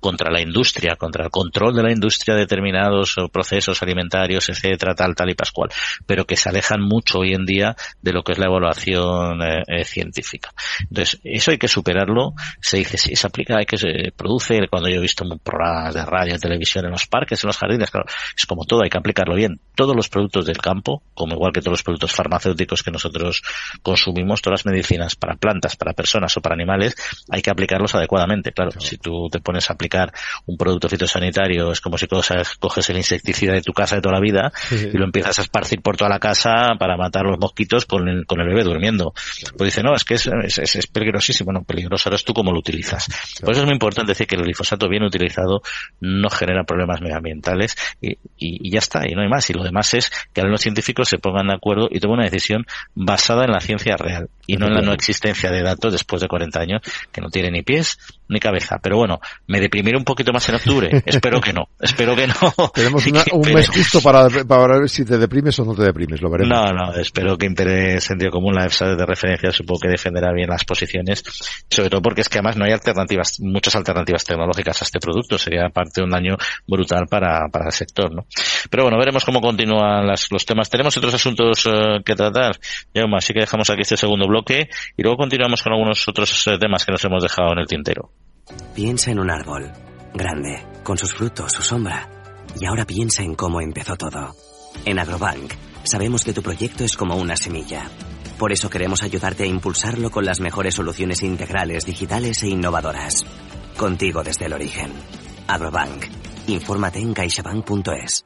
contra la industria, contra el control de la industria de determinados procesos alimentarios, etcétera, tal y pascual, pero que se alejan mucho hoy en día de lo que es la evaluación científica. Entonces, eso hay que superarlo. Se dice, sí, se aplica, hay que se produce, cuando yo he visto programas de radio, televisión en los parques, en los jardines, claro, es como todo, hay que aplicarlo bien. Todos los productos del campo, como igual que todos los productos farmacéuticos que nosotros consumimos, todas las medicinas para plantas, para personas o para animales, hay que aplicarlos adecuadamente. Claro, si tú te pones a aplicar un producto fitosanitario, es como si coges el insecticida de tu casa de toda la vida y lo empiezas a esparcir por toda la casa para matar los mosquitos con el bebé durmiendo. Pues dice, no, es que es peligrosísimo. No, peligroso eres tú como lo utilizas. Por eso es muy importante decir que el glifosato bien utilizado no genera problemas medioambientales y ya está, y no hay más. Y lo demás es que los científicos se pongan de acuerdo y tomen una decisión basada en la ciencia real y no en la no existencia de datos después de 40 años que no tiene ni pies ni cabeza. Pero bueno, ¿me deprimiré un poquito más en octubre? Espero que no. Tenemos un mes justo para ver si te deprimes o no te deprimes, lo veremos. No, espero que impere sentido común. La EFSA de referencia supongo que defenderá bien las posiciones, sobre todo porque es que además no hay muchas alternativas tecnológicas a este producto. Sería parte de un daño brutal para el sector, ¿no? Pero bueno, veremos cómo continúan los temas. Tenemos otros asuntos que tratar, Jaume, así que dejamos aquí este segundo bloque y luego continuamos con algunos otros temas que nos hemos dejado en el tintero. Piensa en un árbol, grande, con sus frutos, su sombra. Y ahora piensa en cómo empezó todo. En Agrobank, sabemos que tu proyecto es como una semilla. Por eso queremos ayudarte a impulsarlo con las mejores soluciones integrales, digitales e innovadoras. Contigo desde el origen. Agrobank. Infórmate en caixabank.es.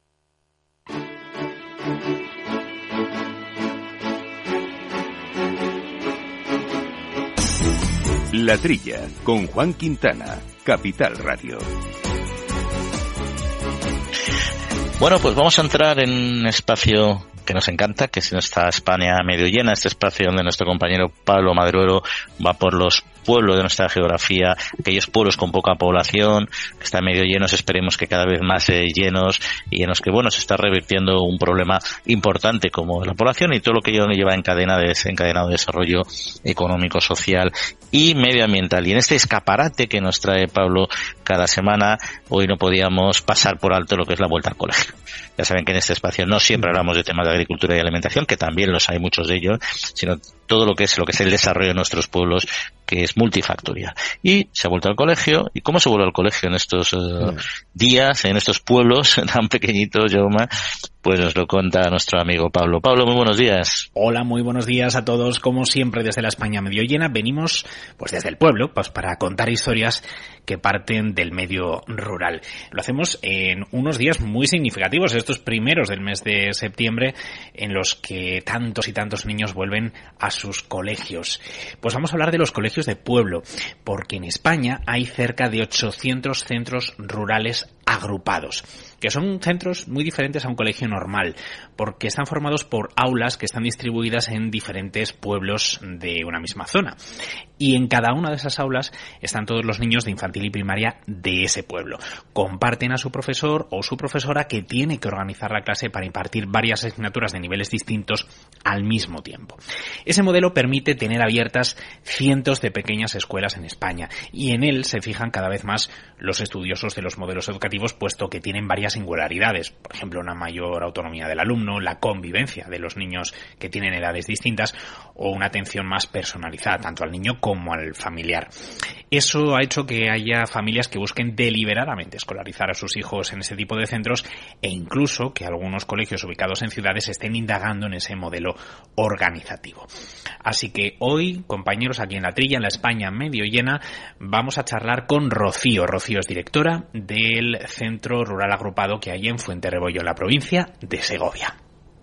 La Trilla, con Juan Quintana, Capital Radio. Bueno, pues vamos a entrar en un espacio que nos encanta, que es nuestra España medio llena, este espacio donde nuestro compañero Pablo Madruero va por los pueblos de nuestra geografía, aquellos pueblos con poca población, que están medio llenos, esperemos que cada vez más llenos, y en los que, bueno, se está revirtiendo un problema importante como la población y todo lo que ello lleva encadenado de desarrollo económico, social y medioambiental. Y en este escaparate que nos trae Pablo cada semana, hoy no podíamos pasar por alto lo que es la vuelta al colegio. Ya saben que en este espacio no siempre hablamos de temas de agricultura y alimentación, que también los hay muchos de ellos, sino todo lo que es el desarrollo de nuestros pueblos, que es multifactorial. Y se ha vuelto al colegio. ¿Y cómo se vuelve al colegio en estos días, en estos pueblos tan pequeñitos, Jaume? Pues nos lo cuenta nuestro amigo Pablo. Pablo, muy buenos días. Hola, muy buenos días a todos. Como siempre, desde la España medio llena, venimos pues desde el pueblo, pues para contar historias que parten del medio rural. Lo hacemos en unos días muy significativos, estos primeros del mes de septiembre, en los que tantos y tantos niños vuelven a sus colegios. Pues vamos a hablar de los colegios de pueblo, porque en España hay cerca de 800 centros rurales agrupados, que son centros muy diferentes a un colegio normal, porque están formados por aulas que están distribuidas en diferentes pueblos de una misma zona. Y en cada una de esas aulas están todos los niños de infantil y primaria de ese pueblo. Comparten a su profesor o su profesora, que tiene que organizar la clase para impartir varias asignaturas de niveles distintos al mismo tiempo. Ese modelo permite tener abiertas cientos de pequeñas escuelas en España, y en él se fijan cada vez más los estudiosos de los modelos educativos, puesto que tienen varias singularidades. Por ejemplo, una mayor autonomía del alumno, la convivencia de los niños que tienen edades distintas o una atención más personalizada tanto al niño como al familiar. Eso ha hecho que haya familias que busquen deliberadamente escolarizar a sus hijos en ese tipo de centros, e incluso que algunos colegios ubicados en ciudades estén indagando en ese modelo organizativo. Así que hoy, compañeros, aquí en La Trilla, en la España medio llena, vamos a charlar con Rocío. Rocío es directora del Centro Rural Agrupado que hay en Fuenterreboyo, en la provincia de Segovia.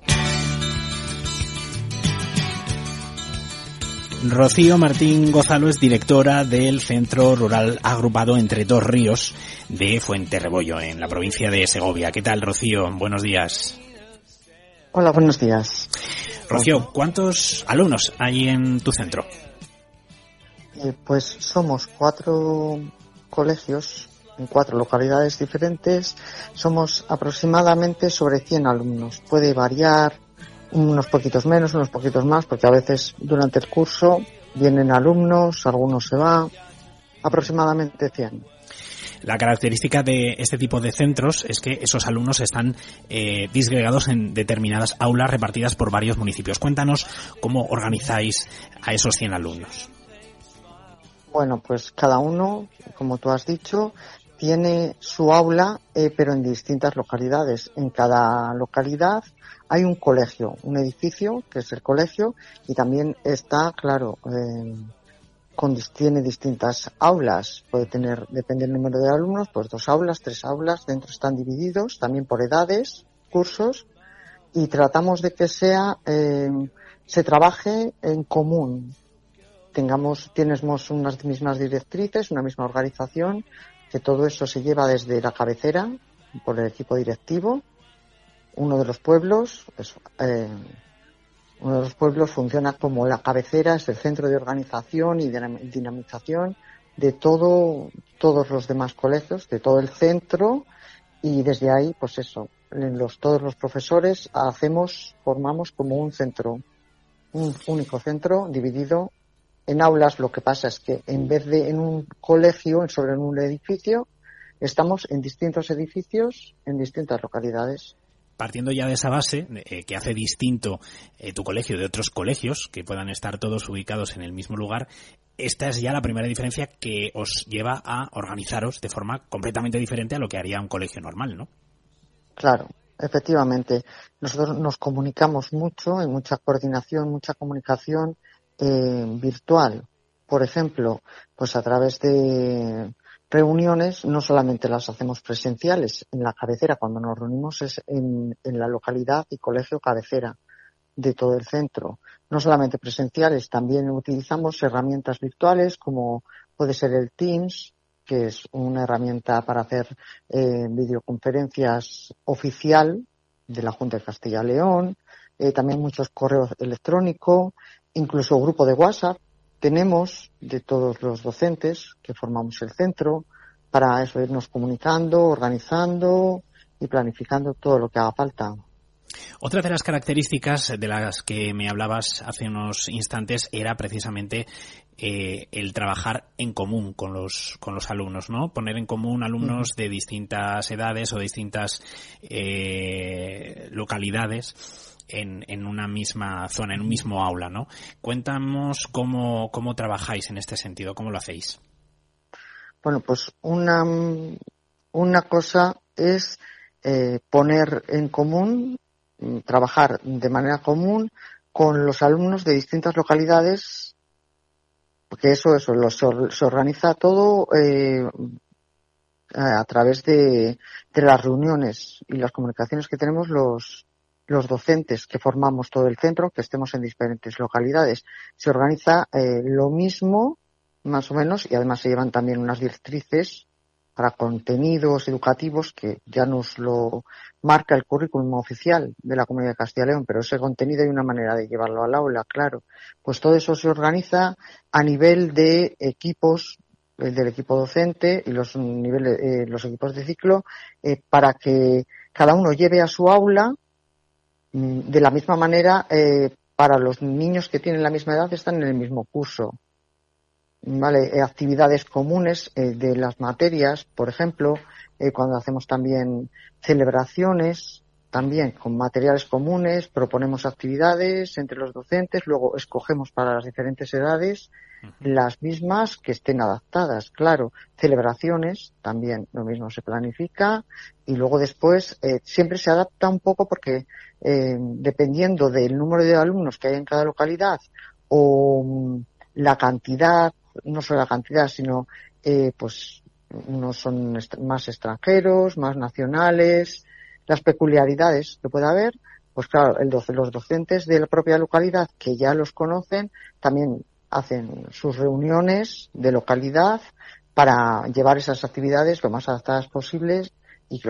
Rocío Martín Gonzalo es directora del Centro Rural Agrupado Entre Dos Ríos de Fuenterreboyo, en la provincia de Segovia. ¿Qué tal, Rocío? Buenos días. Hola, buenos días. Rocío, ¿cuántos alumnos hay en tu centro? Pues somos 4 colegios en 4 localidades diferentes. Somos aproximadamente sobre 100 alumnos. Puede variar unos poquitos menos, unos poquitos más, porque a veces durante el curso vienen alumnos, algunos se van, aproximadamente 100. La característica de este tipo de centros es que esos alumnos están disgregados en determinadas aulas repartidas por varios municipios. Cuéntanos cómo organizáis a esos 100 alumnos. Bueno, pues cada uno, como tú has dicho, tiene su aula, pero en distintas localidades. En cada localidad hay un colegio, un edificio, que es el colegio, y también está, claro, tiene distintas aulas. Puede tener, depende del número de alumnos, pues 2 aulas, 3 aulas. Dentro están divididos también por edades, cursos, y tratamos de que se trabaje en común. Tenemos unas mismas directrices, una misma organización, que todo eso se lleva desde la cabecera, por el equipo directivo. Uno de los pueblos funciona como la cabecera, es el centro de organización y de dinamización de todos los demás colegios, de todo el centro, y desde ahí, pues eso, todos los profesores formamos como un centro, un único centro dividido en aulas. Lo que pasa es que en vez de en un colegio, sobre un edificio, estamos en distintos edificios, en distintas localidades. Partiendo ya de esa base, que hace distinto tu colegio de otros colegios, que puedan estar todos ubicados en el mismo lugar, esta es ya la primera diferencia que os lleva a organizaros de forma completamente diferente a lo que haría un colegio normal, ¿no? Claro, efectivamente. Nosotros nos comunicamos mucho, hay mucha coordinación, mucha comunicación virtual. Por ejemplo, pues a través de reuniones, no solamente las hacemos presenciales en la cabecera, cuando nos reunimos es en la localidad y colegio cabecera de todo el centro. No solamente presenciales, también utilizamos herramientas virtuales como puede ser el Teams, que es una herramienta para hacer videoconferencias oficial de la Junta de Castilla y León, también muchos correos electrónicos, incluso grupo de WhatsApp tenemos de todos los docentes que formamos el centro, para eso irnos comunicando, organizando y planificando todo lo que haga falta. Otra de las características de las que me hablabas hace unos instantes era precisamente el trabajar en común con los alumnos, ¿no? Poner en común alumnos de distintas edades o distintas localidades en una misma zona, en un mismo aula, ¿no? Cuéntanos cómo trabajáis en este sentido, cómo lo hacéis. Bueno, pues una cosa es poner en común, trabajar de manera común con los alumnos de distintas localidades, porque se organiza todo a través de las reuniones y las comunicaciones que tenemos los docentes que formamos todo el centro, que estemos en diferentes localidades. Se organiza lo mismo, más o menos, y además se llevan también unas directrices para contenidos educativos que ya nos lo marca el currículum oficial de la Comunidad de Castilla y León, pero ese contenido hay una manera de llevarlo al aula, claro. Pues todo eso se organiza a nivel de equipos, del equipo docente y los equipos de ciclo, para que cada uno lleve a su aula de la misma manera. Para los niños que tienen la misma edad, están en el mismo curso. Vale, actividades comunes de las materias, por ejemplo, cuando hacemos también celebraciones, también con materiales comunes, proponemos actividades entre los docentes, luego escogemos para las diferentes edades las mismas que estén adaptadas, claro. Celebraciones, también lo mismo se planifica, y luego después siempre se adapta un poco porque dependiendo del número de alumnos que hay en cada localidad o la cantidad, no solo la cantidad, sino pues unos son más extranjeros, más nacionales, las peculiaridades que pueda haber, pues claro, los docentes de la propia localidad que ya los conocen también hacen sus reuniones de localidad para llevar esas actividades lo más adaptadas posibles y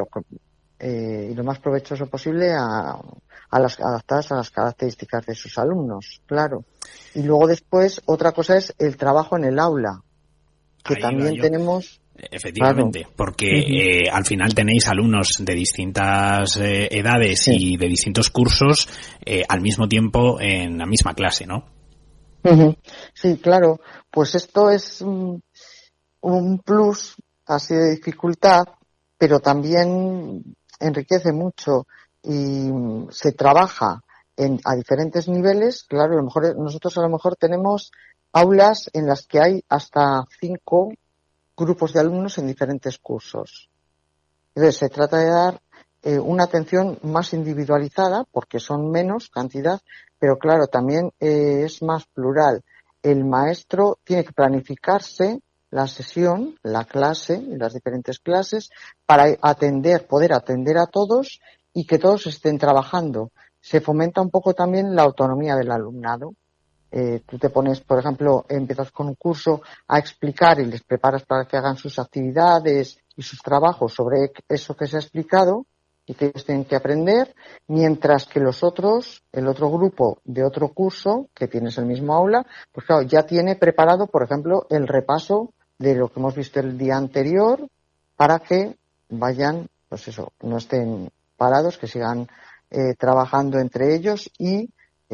lo más provechoso posible adaptadas a las características de sus alumnos, claro. Y luego después otra cosa es el trabajo en el aula, que ahí también tenemos. Efectivamente, claro. Porque al final tenéis alumnos de distintas edades, sí, y de distintos cursos al mismo tiempo en la misma clase, ¿no? Sí, claro. Pues esto es un plus así de dificultad, pero también enriquece mucho y se trabaja a diferentes niveles. Claro, nosotros a lo mejor tenemos aulas en las que hay hasta 5 grupos de alumnos en diferentes cursos. Entonces, se trata de dar una atención más individualizada, porque son menos cantidad, pero claro, también es más plural. El maestro tiene que planificarse la sesión, la clase, las diferentes clases, para poder atender a todos y que todos estén trabajando. Se fomenta un poco también la autonomía del alumnado. Tú te pones, por ejemplo, empiezas con un curso a explicar y les preparas para que hagan sus actividades y sus trabajos sobre eso que se ha explicado y que ellos tienen que aprender, mientras que el otro grupo de otro curso, que tienes el mismo aula, pues claro, ya tiene preparado, por ejemplo, el repaso de lo que hemos visto el día anterior para que vayan, pues eso, no estén parados, que sigan trabajando entre ellos y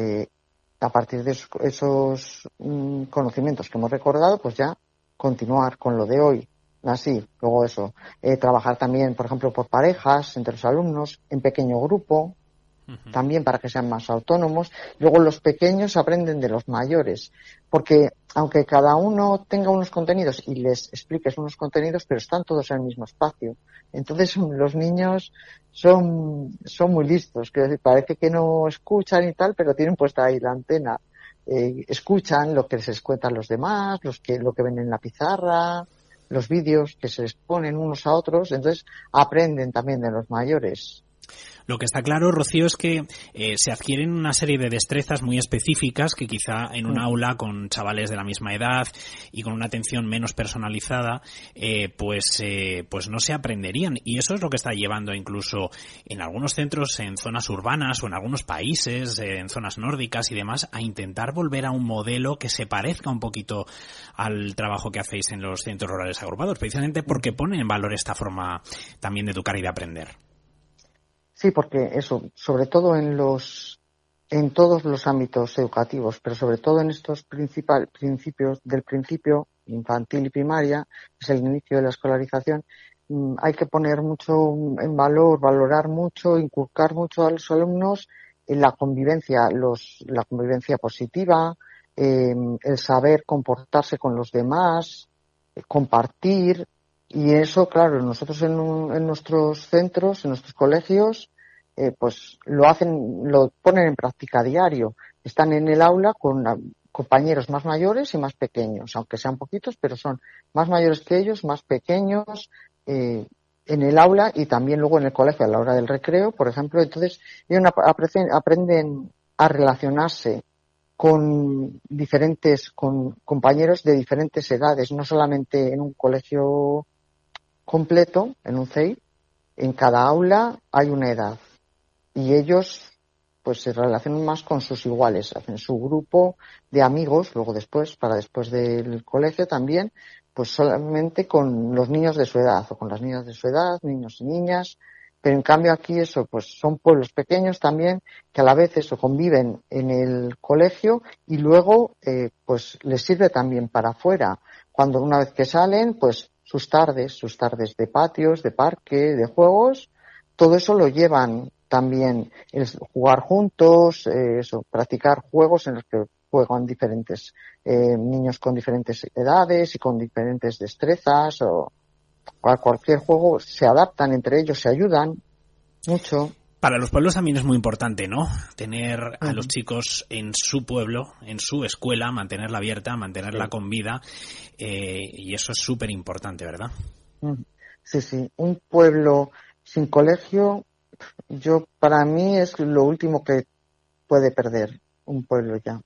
a partir de esos conocimientos que hemos recordado, pues ya continuar con lo de hoy. Así, luego eso, trabajar también, por ejemplo, por parejas, entre los alumnos, en pequeño grupo, también para que sean más autónomos. Luego los pequeños aprenden de los mayores, porque aunque cada uno tenga unos contenidos y les expliques unos contenidos, pero están todos en el mismo espacio. Entonces los niños son muy listos, quiero decir, parece que no escuchan y tal, pero tienen puesta ahí la antena. Escuchan lo que les cuentan los demás, lo que ven en la pizarra, los vídeos que se les ponen unos a otros, entonces aprenden también de los mayores. Lo que está claro, Rocío, es que se adquieren una serie de destrezas muy específicas que quizá en un aula con chavales de la misma edad y con una atención menos personalizada, pues no se aprenderían. Y eso es lo que está llevando incluso en algunos centros, en zonas urbanas o en algunos países, en zonas nórdicas y demás, a intentar volver a un modelo que se parezca un poquito al trabajo que hacéis en los centros rurales agrupados, precisamente porque ponen en valor esta forma también de educar y de aprender. Sí, porque eso, sobre todo en todos los ámbitos educativos, pero sobre todo en estos principios del principio infantil y primaria, es el inicio de la escolarización, hay que poner mucho en valor, valorar mucho, inculcar mucho a los alumnos en la convivencia positiva, el saber comportarse con los demás, compartir. Y eso, claro, nosotros en nuestros centros, en nuestros colegios, pues lo ponen en práctica a diario. Están en el aula con compañeros más mayores y más pequeños, aunque sean poquitos, pero son más mayores que ellos, más pequeños, en el aula y también luego en el colegio a la hora del recreo, por ejemplo. Entonces, ellos aprenden a relacionarse con compañeros de diferentes edades, no solamente en un colegio completo, en un CEI, en cada aula hay una edad y ellos pues se relacionan más con sus iguales, hacen su grupo de amigos, luego después del colegio también, pues solamente con los niños de su edad o con las niñas de su edad, niños y niñas, pero en cambio aquí eso, pues son pueblos pequeños también que a la vez eso conviven en el colegio y luego pues les sirve también para afuera, cuando una vez que salen, pues sus tardes de patios, de parque, de juegos, todo eso lo llevan también, jugar juntos, practicar juegos en los que juegan diferentes niños con diferentes edades y con diferentes destrezas o cualquier juego, se adaptan entre ellos, se ayudan mucho. Para los pueblos también es muy importante, ¿no? Tener a los chicos en su pueblo, en su escuela, mantenerla abierta, mantenerla con vida, y eso es súper importante, ¿verdad? Sí. Un pueblo sin colegio, para mí es lo último que puede perder un pueblo ya.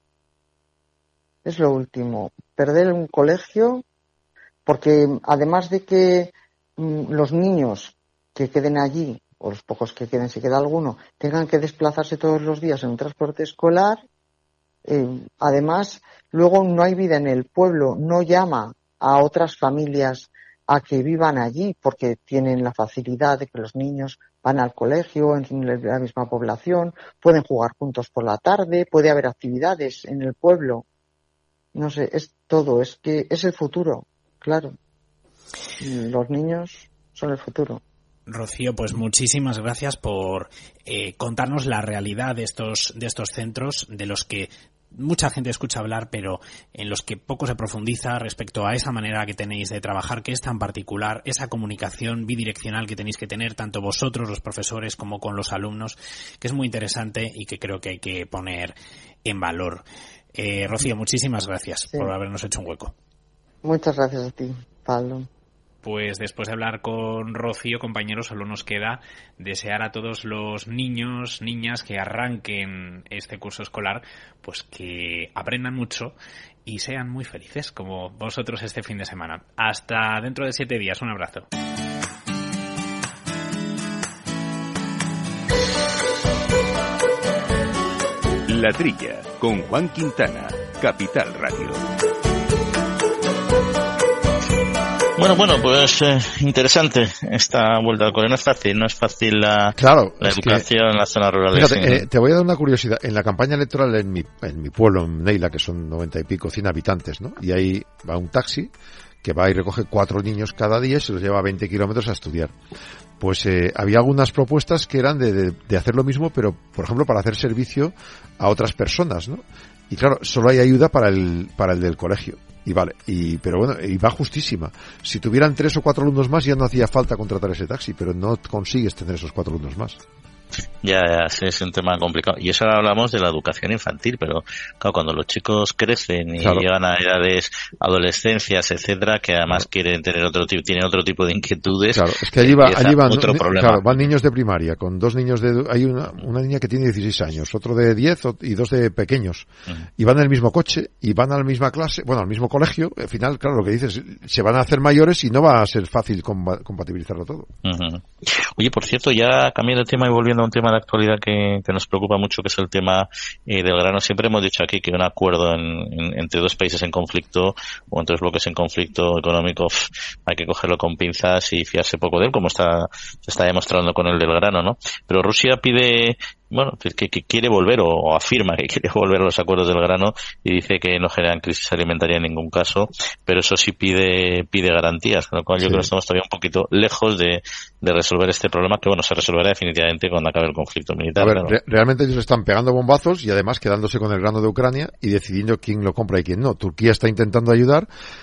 Es lo último. Perder un colegio, porque además de que los niños que queden allí, o los pocos que queden, si queda alguno, tengan que desplazarse todos los días en un transporte escolar, además, luego no hay vida en el pueblo, no llama a otras familias a que vivan allí, porque tienen la facilidad de que los niños van al colegio en la misma población, pueden jugar juntos por la tarde, puede haber actividades en el pueblo. No sé, es todo, es que es el futuro, claro. Los niños son el futuro. Rocío, pues muchísimas gracias por contarnos la realidad de estos centros, de los que mucha gente escucha hablar, pero en los que poco se profundiza respecto a esa manera que tenéis de trabajar, que es tan particular, esa comunicación bidireccional que tenéis que tener tanto vosotros, los profesores, como con los alumnos, que es muy interesante y que creo que hay que poner en valor. Rocío, muchísimas gracias por habernos hecho un hueco. Muchas gracias a ti, Pablo. Pues después de hablar con Rocío, compañeros, solo nos queda desear a todos los niños, niñas que arranquen este curso escolar, pues que aprendan mucho y sean muy felices, como vosotros este fin de semana. Hasta dentro de 7 días. Un abrazo. La Trilla, con Juan Quintana, Capital Radio. Bueno, pues interesante esta vuelta al cole. No es fácil la educación en las zonas rurales. Fíjate, te voy a dar una curiosidad. En la campaña electoral en mi pueblo, en Neila, que son 90 y pico, 100 habitantes, ¿no? Y ahí va un taxi que va y recoge 4 niños cada día y se los lleva a 20 kilómetros a estudiar. Pues había algunas propuestas que eran de hacer lo mismo, pero, por ejemplo, para hacer servicio a otras personas, ¿no? Y claro, solo hay ayuda para el del colegio. Y vale, pero bueno, y va justísima. Si tuvieran 3 o 4 alumnos más ya no hacía falta contratar ese taxi, pero no consigues tener esos 4 alumnos más. Ya, es un tema complicado. Y eso ahora hablamos de la educación infantil, pero claro, cuando los chicos crecen y llegan a edades, adolescencias, etcétera, que además tienen otro tipo de inquietudes. Claro, es que allí van otro problema. Van niños de primaria, con 2 niños hay una niña que tiene 16 años, otro de 10 y 2 de pequeños. Y van en el mismo coche, y van a la misma clase, al mismo colegio. Al final, claro, lo que dices, se van a hacer mayores y no va a ser fácil compatibilizarlo todo. Oye, por cierto, ya cambiando de tema y volviendo a un tema de actualidad que nos preocupa mucho, que es el tema del grano. Siempre hemos dicho aquí que un acuerdo entre 2 países en conflicto o entre 2 bloques en conflicto económico hay que cogerlo con pinzas y fiarse poco de él, como se está demostrando con el del grano, ¿no? Pero Rusia pide que quiere volver o afirma que quiere volver a los acuerdos del grano y dice que no generan crisis alimentaria en ningún caso, pero eso sí pide garantías, con lo cual yo creo que estamos todavía un poquito lejos de resolver este problema, que se resolverá definitivamente cuando acabe el conflicto militar. A ver, realmente ellos están pegando bombazos y además quedándose con el grano de Ucrania y decidiendo quién lo compra y quién no. Turquía está intentando ayudar.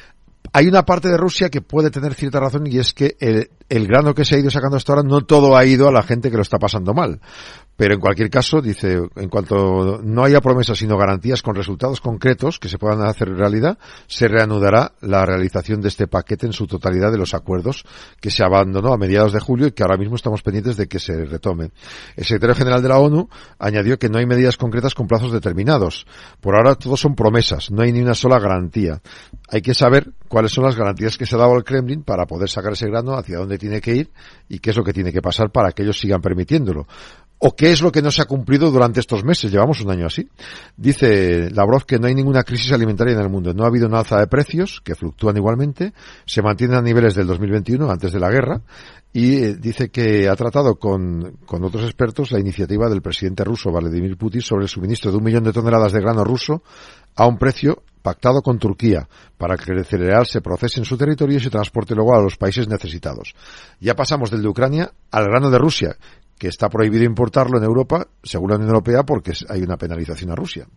Hay una parte de Rusia que puede tener cierta razón, y es que el grano que se ha ido sacando hasta ahora no todo ha ido a la gente que lo está pasando mal. Pero en cualquier caso, dice, en cuanto no haya promesas sino garantías con resultados concretos que se puedan hacer realidad, se reanudará la realización de este paquete en su totalidad de los acuerdos que se abandonó a mediados de julio y que ahora mismo estamos pendientes de que se retomen. El secretario general de la ONU añadió que no hay medidas concretas con plazos determinados. Por ahora todos son promesas, no hay ni una sola garantía. Hay que saber cuáles son las garantías que se ha dado al Kremlin para poder sacar ese grano, hacia dónde tiene que ir y qué es lo que tiene que pasar para que ellos sigan permitiéndolo. ¿O qué es lo que no se ha cumplido durante estos meses? Llevamos un año así. Dice Lavrov que no hay ninguna crisis alimentaria en el mundo. No ha habido una alza de precios, que fluctúan igualmente. Se mantienen a niveles del 2021, antes de la guerra. Y dice que ha tratado con otros expertos la iniciativa del presidente ruso, Vladimir Putin, sobre el suministro de 1 millón de toneladas de grano ruso a un precio pactado con Turquía, para que el cereal se procese en su territorio y se transporte luego a los países necesitados. Ya pasamos del de Ucrania al grano de Rusia, que está prohibido importarlo en Europa, según la Unión Europea, porque hay una penalización a Rusia.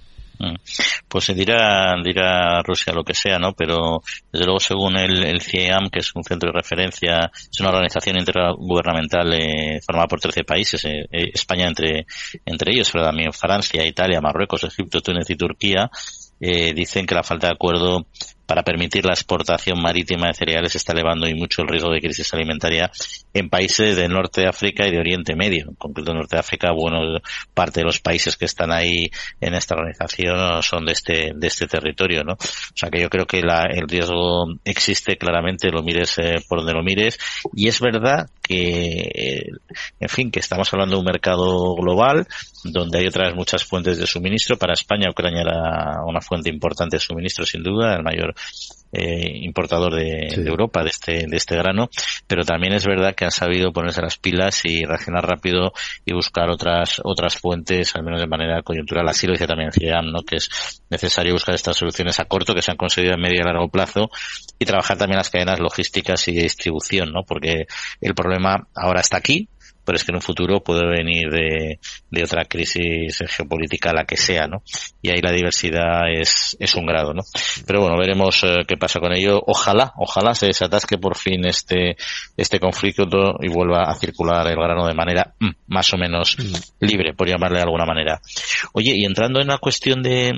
Pues se dirá Rusia lo que sea, ¿no? Pero desde luego, según el CIEAM, que es un centro de referencia, es una organización intergubernamental formada por 13 países, España entre ellos, pero también Francia, Italia, Marruecos, Egipto, Túnez y Turquía, dicen que la falta de acuerdo para permitir la exportación marítima de cereales está elevando y mucho el riesgo de crisis alimentaria en países del norte de África y de Oriente Medio. En concreto, en norte de África, parte de los países que están ahí en esta organización son de este territorio, ¿no? O sea que yo creo que el riesgo existe claramente, lo mires por donde lo mires, y es verdad que, en fin, que estamos hablando de un mercado global donde hay otras muchas fuentes de suministro. Para España, Ucrania era una fuente importante de suministro, sin duda, el mayor mayor importador de Europa de este grano, pero también es verdad que han sabido ponerse las pilas y reaccionar rápido y buscar otras fuentes, al menos de manera coyuntural. Así lo dice también CIEAM, ¿no? Que es necesario buscar estas soluciones a corto que se han conseguido a medio y largo plazo y trabajar también las cadenas logísticas y de distribución, ¿no? Porque el problema ahora está aquí, pero es que en un futuro puede venir de otra crisis geopolítica, la que sea, ¿no? Y ahí la diversidad es un grado, ¿no? Pero bueno, veremos qué pasa con ello. Ojalá se desatasque por fin este conflicto y vuelva a circular el grano de manera más o menos libre, por llamarle de alguna manera. Oye, y entrando en la cuestión de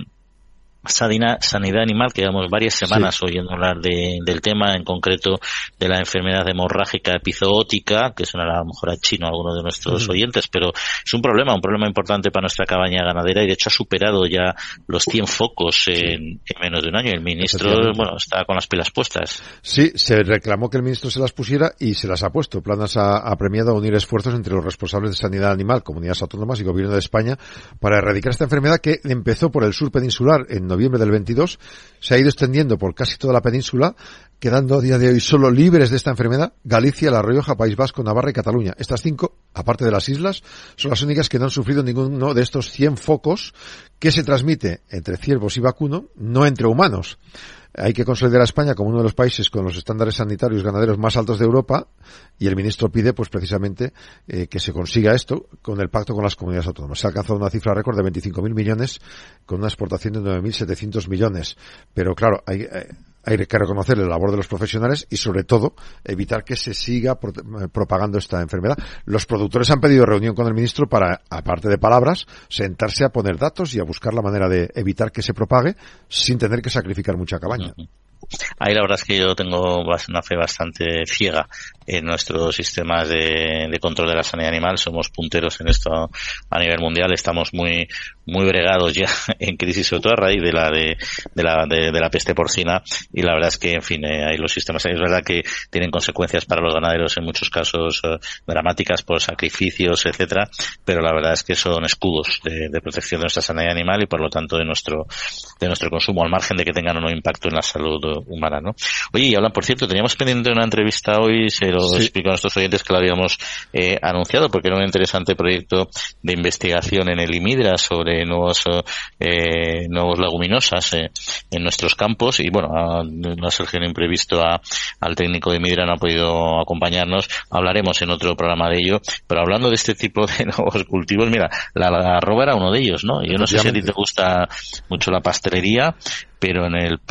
sanidad animal, que llevamos varias semanas oyendo hablar del tema, en concreto de la enfermedad hemorrágica epizootica, que suena a lo mejor a chino a algunos de nuestros oyentes, pero es un problema importante para nuestra cabaña ganadera y de hecho ha superado ya los 100 focos en menos de un año. El ministro, bueno, está con las pilas puestas. Sí, se reclamó que el ministro se las pusiera y se las ha puesto. Planas ha premiado a unir esfuerzos entre los responsables de sanidad animal, comunidades autónomas y gobierno de España para erradicar esta enfermedad que empezó por el sur peninsular en noviembre del 22, se ha ido extendiendo por casi toda la península, quedando a día de hoy solo libres de esta enfermedad Galicia, La Rioja, País Vasco, Navarra y Cataluña. Estas 5, aparte de las islas, son las únicas que no han sufrido ninguno de estos 100 focos que se transmite entre ciervos y vacuno, no entre humanos. Hay que consolidar a España como uno de los países con los estándares sanitarios ganaderos más altos de Europa y el ministro pide pues precisamente que se consiga esto con el pacto con las comunidades autónomas. Se ha alcanzado una cifra récord de 25.000 millones con una exportación de 9.700 millones. Pero claro, hay que reconocer la labor de los profesionales y sobre todo evitar que se siga propagando esta enfermedad. Los productores han pedido reunión con el ministro para, aparte de palabras, sentarse a poner datos y a buscar la manera de evitar que se propague sin tener que sacrificar mucha cabaña. Ahí la verdad es que yo tengo una fe bastante ciega en nuestros sistemas de control de la sanidad animal. Somos punteros en esto a nivel mundial. Estamos muy bregados ya en crisis, sobre todo a raíz de la peste porcina. Y la verdad es que, en fin, ahí los sistemas, es verdad que tienen consecuencias para los ganaderos en muchos casos dramáticas por sacrificios, etcétera. Pero la verdad es que son escudos de protección de nuestra sanidad animal y por lo tanto de nuestro consumo, al margen de que tengan o no impacto en la salud humana, ¿no? Oye, y hablan, por cierto, teníamos pendiente una entrevista hoy, se lo explico a nuestros oyentes que lo habíamos anunciado, porque era un interesante proyecto de investigación en el IMIDRA sobre nuevos leguminosas en nuestros campos, y bueno, no ha surgido un imprevisto al técnico de IMIDRA, no ha podido acompañarnos, hablaremos en otro programa de ello, pero hablando de este tipo de nuevos cultivos, mira, la algarroba era uno de ellos, ¿no? Yo no sé si a ti te gusta mucho la pastelería, pero en el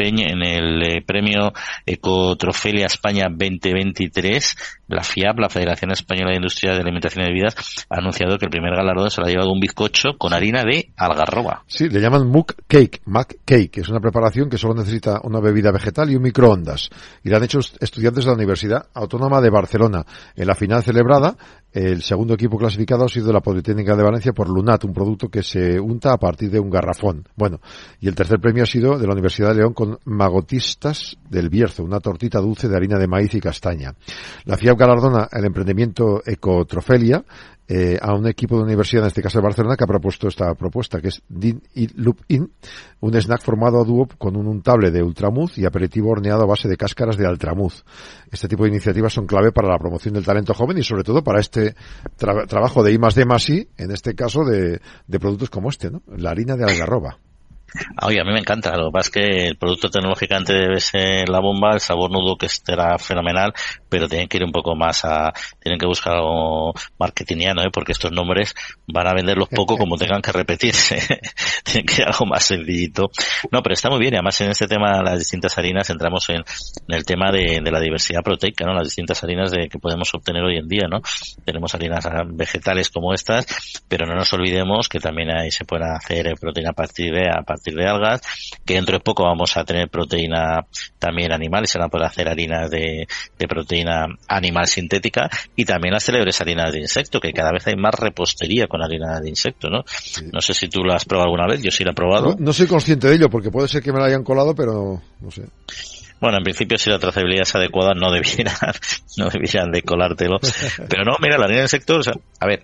premio Ecotrofelia España 2023, la FIAP, la Federación Española de Industria de Alimentación y Bebidas, ha anunciado que el primer galardón se lo ha llevado un bizcocho con harina de algarroba. Sí, le llaman Muck Cake, que es una preparación que solo necesita una bebida vegetal y un microondas. Y la han hecho estudiantes de la Universidad Autónoma de Barcelona. En la final celebrada, el segundo equipo clasificado ha sido la Politécnica de Valencia por Lunat, un producto que se unta a partir de un garrafón. Bueno, y el tercer premio ha sido de la Universidad de León con Magotistas del Bierzo, una tortita dulce de harina de maíz y castaña. La FIAP galardona el emprendimiento Ecotrofelia a un equipo de universidad, en este caso de Barcelona, que ha propuesto esta propuesta, que es Din y Loop In, un snack formado a dúo con un untable de ultramuz y aperitivo horneado a base de cáscaras de altramuz. Este tipo de iniciativas son clave para la promoción del talento joven y sobre todo para este trabajo de I+D+I, en este caso de productos como este, ¿no? La harina de algarroba. Oye, a mí me encanta, lo que pasa es que el producto tecnológicamente debe ser la bomba, el sabor nudo que estará fenomenal, pero tienen que ir un poco más tienen que buscar algo marketingiano, porque estos nombres van a venderlos poco como tengan que repetirse. Tienen que ir algo más sencillito. No, pero está muy bien, y además en este tema de las distintas harinas entramos en el tema de la diversidad proteica, ¿no? Las distintas harinas que podemos obtener hoy en día, ¿no? Tenemos harinas vegetales como estas, pero no nos olvidemos que también ahí se puede hacer proteína a partir de algas, que dentro de poco vamos a tener proteína también animal y se van a poder hacer harinas de proteína animal sintética, y también las célebres harinas de insecto, que cada vez hay más repostería con harina de insecto, ¿no? Sí. No sé si tú la has probado alguna vez, yo sí la he probado. No soy consciente de ello, porque puede ser que me la hayan colado, pero no sé. Bueno, en principio si la trazabilidad es adecuada no debieran de colártelo. Pero no, mira, la harina de insecto, o sea, a ver,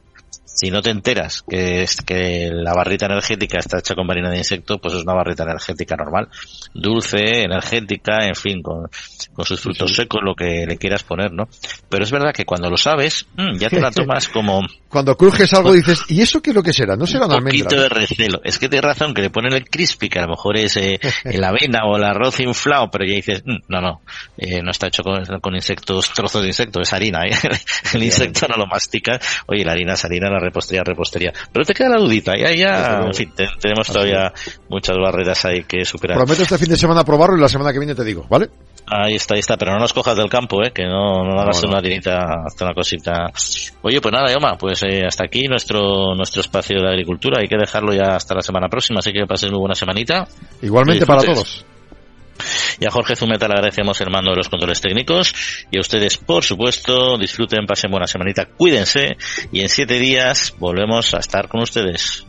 Si no te enteras que es que la barrita energética está hecha con harina de insecto, pues es una barrita energética normal, dulce, energética, en fin, con sus frutos secos, lo que le quieras poner, ¿no? Pero es verdad que cuando lo sabes, ya te la tomas como... Cuando crujes algo dices, ¿y eso qué es lo que será? No será una almendra. Un poquito de recelo. Es que tienes razón, que le ponen el crispy, que a lo mejor es la avena o el arroz inflado, pero ya dices, no está hecho con insectos, trozos de insecto, es harina, ¿eh? El insecto no lo mastica. Oye, la harina es harina, la repostería. Pero te queda la dudita, ya, en fin, tenemos todavía muchas barreras ahí que superar. Prometo este fin de semana probarlo y la semana que viene te digo, ¿vale? Ahí está, pero no nos cojas del campo, que no hagas una harinita, hasta una cosita. Oye, pues nada, Yoma, pues hasta aquí nuestro espacio de agricultura, hay que dejarlo ya hasta la semana próxima, así que pases muy buena semanita. Igualmente para todos. Y a Jorge Zumeta le agradecemos el mando de los controles técnicos, y a ustedes, por supuesto, disfruten, pasen buena semanita, cuídense, y en 7 días volvemos a estar con ustedes.